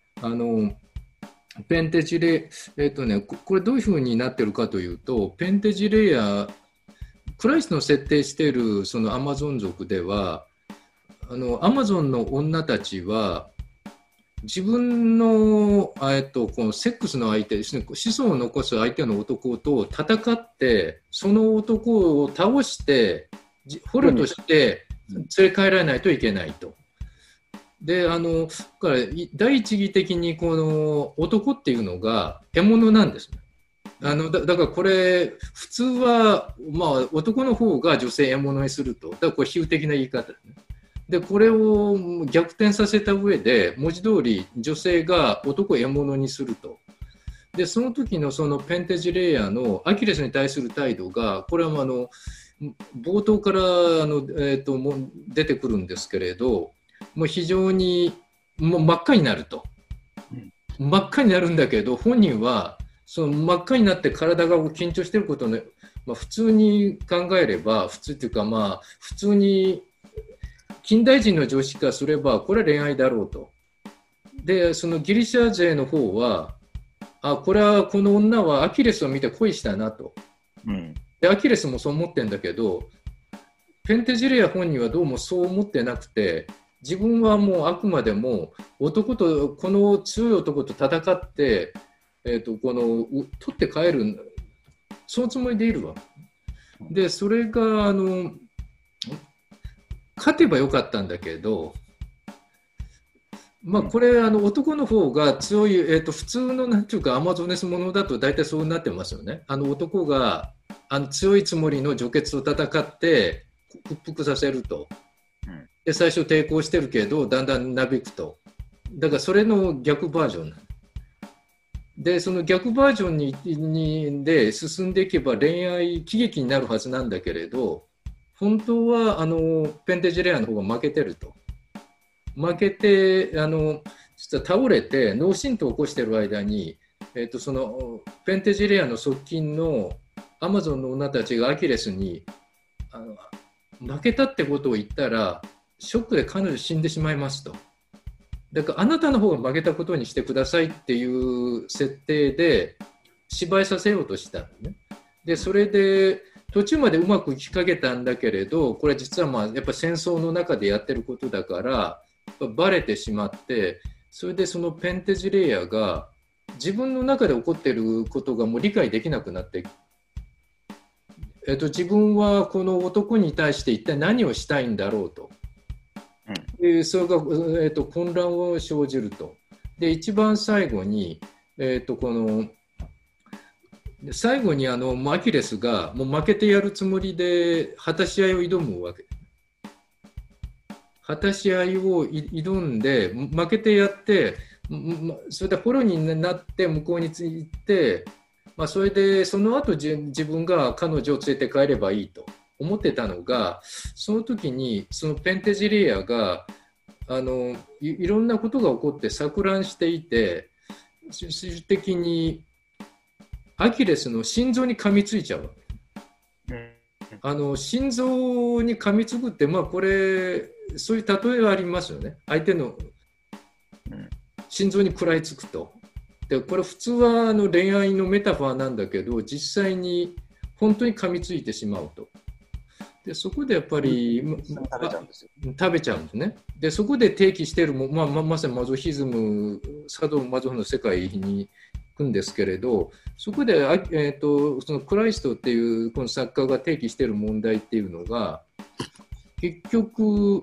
ペンテジレこれどういうふうになってるかというと、ペンテジレイヤークライストの設定しているそのアマゾン族ではアマゾンの女たちは自分の、このセックスの相手ですね、子孫を残す相手の男と戦ってその男を倒して捕虜として連れ帰らないといけないと。 で、だから第一義的にこの男っていうのが獲物なんですね。だからこれ、普通は、まあ、男の方が女性獲物にすると。だからこれ比喩的な言い方ですね。で、これを逆転させた上で、文字通り女性が男を獲物にすると。で、その時のそのペンテジレイヤーのアキレスに対する態度が、これは冒頭からもう出てくるんですけれど、もう非常にもう真っ赤になると。真っ赤になるんだけど、本人はその真っ赤になって体が緊張していることの、普通に考えれば、普通というか、普通に近代人の常識からすれば、これは恋愛だろうと。で、そのギリシャ勢の方は、この女はアキレスを見て恋したなと。で、アキレスもそう思ってるんだけど、ペンテジレア本人はどうもそう思ってなくて、自分はもうあくまでもこの強い男と戦って、取って帰る、そのつもりでいるわ。で、それが勝てばよかったんだけど、これ男の方が強い、普通のなんていうかアマゾネスものだと大体そうなってますよね。男が強いつもりの女傑と戦って屈服させると。で、最初抵抗してるけどだんだんなびくと。だからそれの逆バージョンで、その逆バージョンで進んでいけば恋愛喜劇になるはずなんだけれど、本当はペンテジレアの方が負けてると。負けて実は倒れて脳震盪を起こしている間に、そのペンテジレアの側近のアマゾンの女たちがアキレスに負けたってことを言ったらショックで彼女死んでしまいますと。だからあなたの方が負けたことにしてくださいっていう設定で芝居させようとしたのね。で、それで途中までうまくいきかけたんだけれど、これ実はやっぱ戦争の中でやってることだからバレてしまって、それでそのペンテジレイヤーが自分の中で起こっていることがもう理解できなくなって、自分はこの男に対して一体何をしたいんだろうと、それが、混乱を生じると。で、一番最後に、最後にアキレスがもう負けてやるつもりで果たし合いを挑むわけ。果たし合いを挑んで負けてやって、それで捕虜になって向こうに行って、それでその後自分が彼女を連れて帰ればいいと思ってたのが、その時にそのペンテジレイヤーがいろんなことが起こって錯乱していて、最終的にアキレスの心臓に噛みついちゃう。心臓に噛みつくって、これそういう例えはありますよね。相手の心臓に食らいつくと。で、これ普通は恋愛のメタファーなんだけど、実際に本当に噛みついてしまうと。で、そこでやっぱり、食べちゃうんですね。で、そこで提起しているまさにマゾヒズム、サドマゾの世界に行くんですけれど、そこで、そのクライストっていうこの作家が提起している問題っていうのが、結局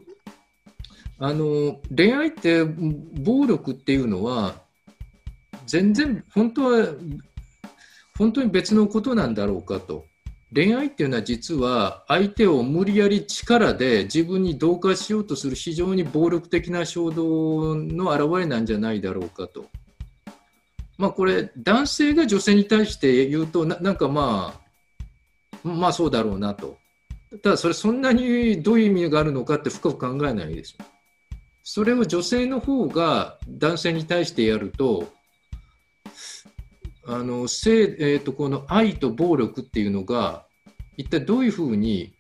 恋愛って暴力っていうのは全然本当に別のことなんだろうかと。恋愛っていうのは実は相手を無理やり力で自分に同化しようとする非常に暴力的な衝動の表れなんじゃないだろうかと。これ男性が女性に対して言うとなんかそうだろうなと。ただそれそんなにどういう意味があるのかって深く考えないです。それを女性の方が男性に対してやるとこの愛と暴力っていうのが一体どういうふうに、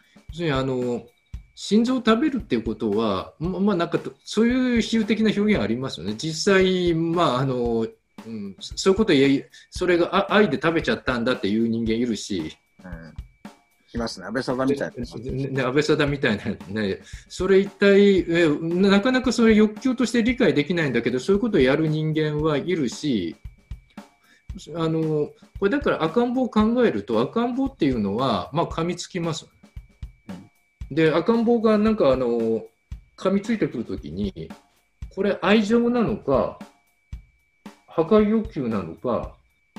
心臓を食べるっていうことは、なんかそういう比喩的な表現ありますよね。実際、そういうことそれが愛で食べちゃったんだっていう人間いるし、 いますね、安倍貞みたいな。 安倍貞みたいなね、それ一体なかなかそれ欲求として理解できないんだけど、そういうことをやる人間はいるし、これだから赤ん坊を考えると、赤ん坊っていうのは噛みつきます。で、赤ん坊がなんか噛噛みついてくるときに、これ愛情なのか、破壊欲求なのか、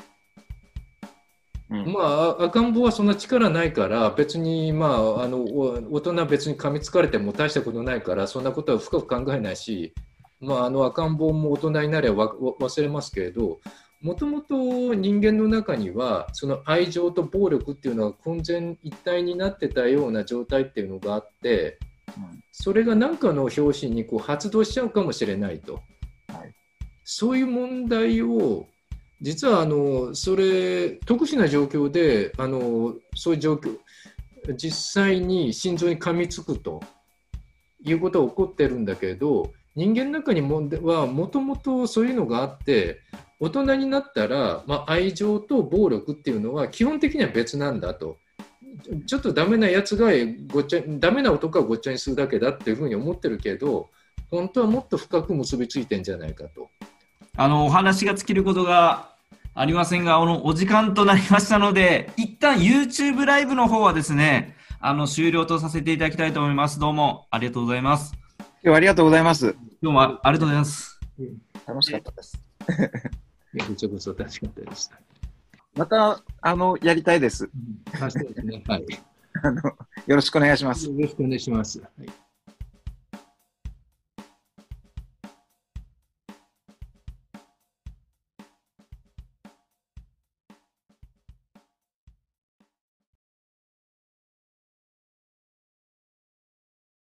まあ、赤ん坊はそんな力ないから、別に、まあ、大人は別に噛みつかれても大したことないから、そんなことは深く考えないし、まあ、赤ん坊も大人になれば忘れますけれど、もともと人間の中には、その愛情と暴力っていうのが混然一体になってたような状態っていうのがあって、それが何かの拍子にこう発動しちゃうかもしれないと。そういう問題を実はそれ特殊な状況でそういう状況実際に心臓に噛みつくということが起こってるんだけど、人間の中にはもともとそういうのがあって、大人になったら、まあ、愛情と暴力っていうのは基本的には別なんだと。ちょっとダメなやつがダメな男はごっちゃにするだけだっていうふうに思ってるけど、本当はもっと深く結びついてんじゃないかと。 お話が尽きることがありませんが、お時間となりましたので、一旦 YouTube ライブの方はですね、終了とさせていただきたいと思います。どうもありがとうございます。 今日はありがとうございます。 どうもありがとうございます。 楽しかったです。 こちらこそ楽しかったです。 また、やりたいです。 そうですね。はい。 よろしくお願いします。 よろしくお願いします。はい。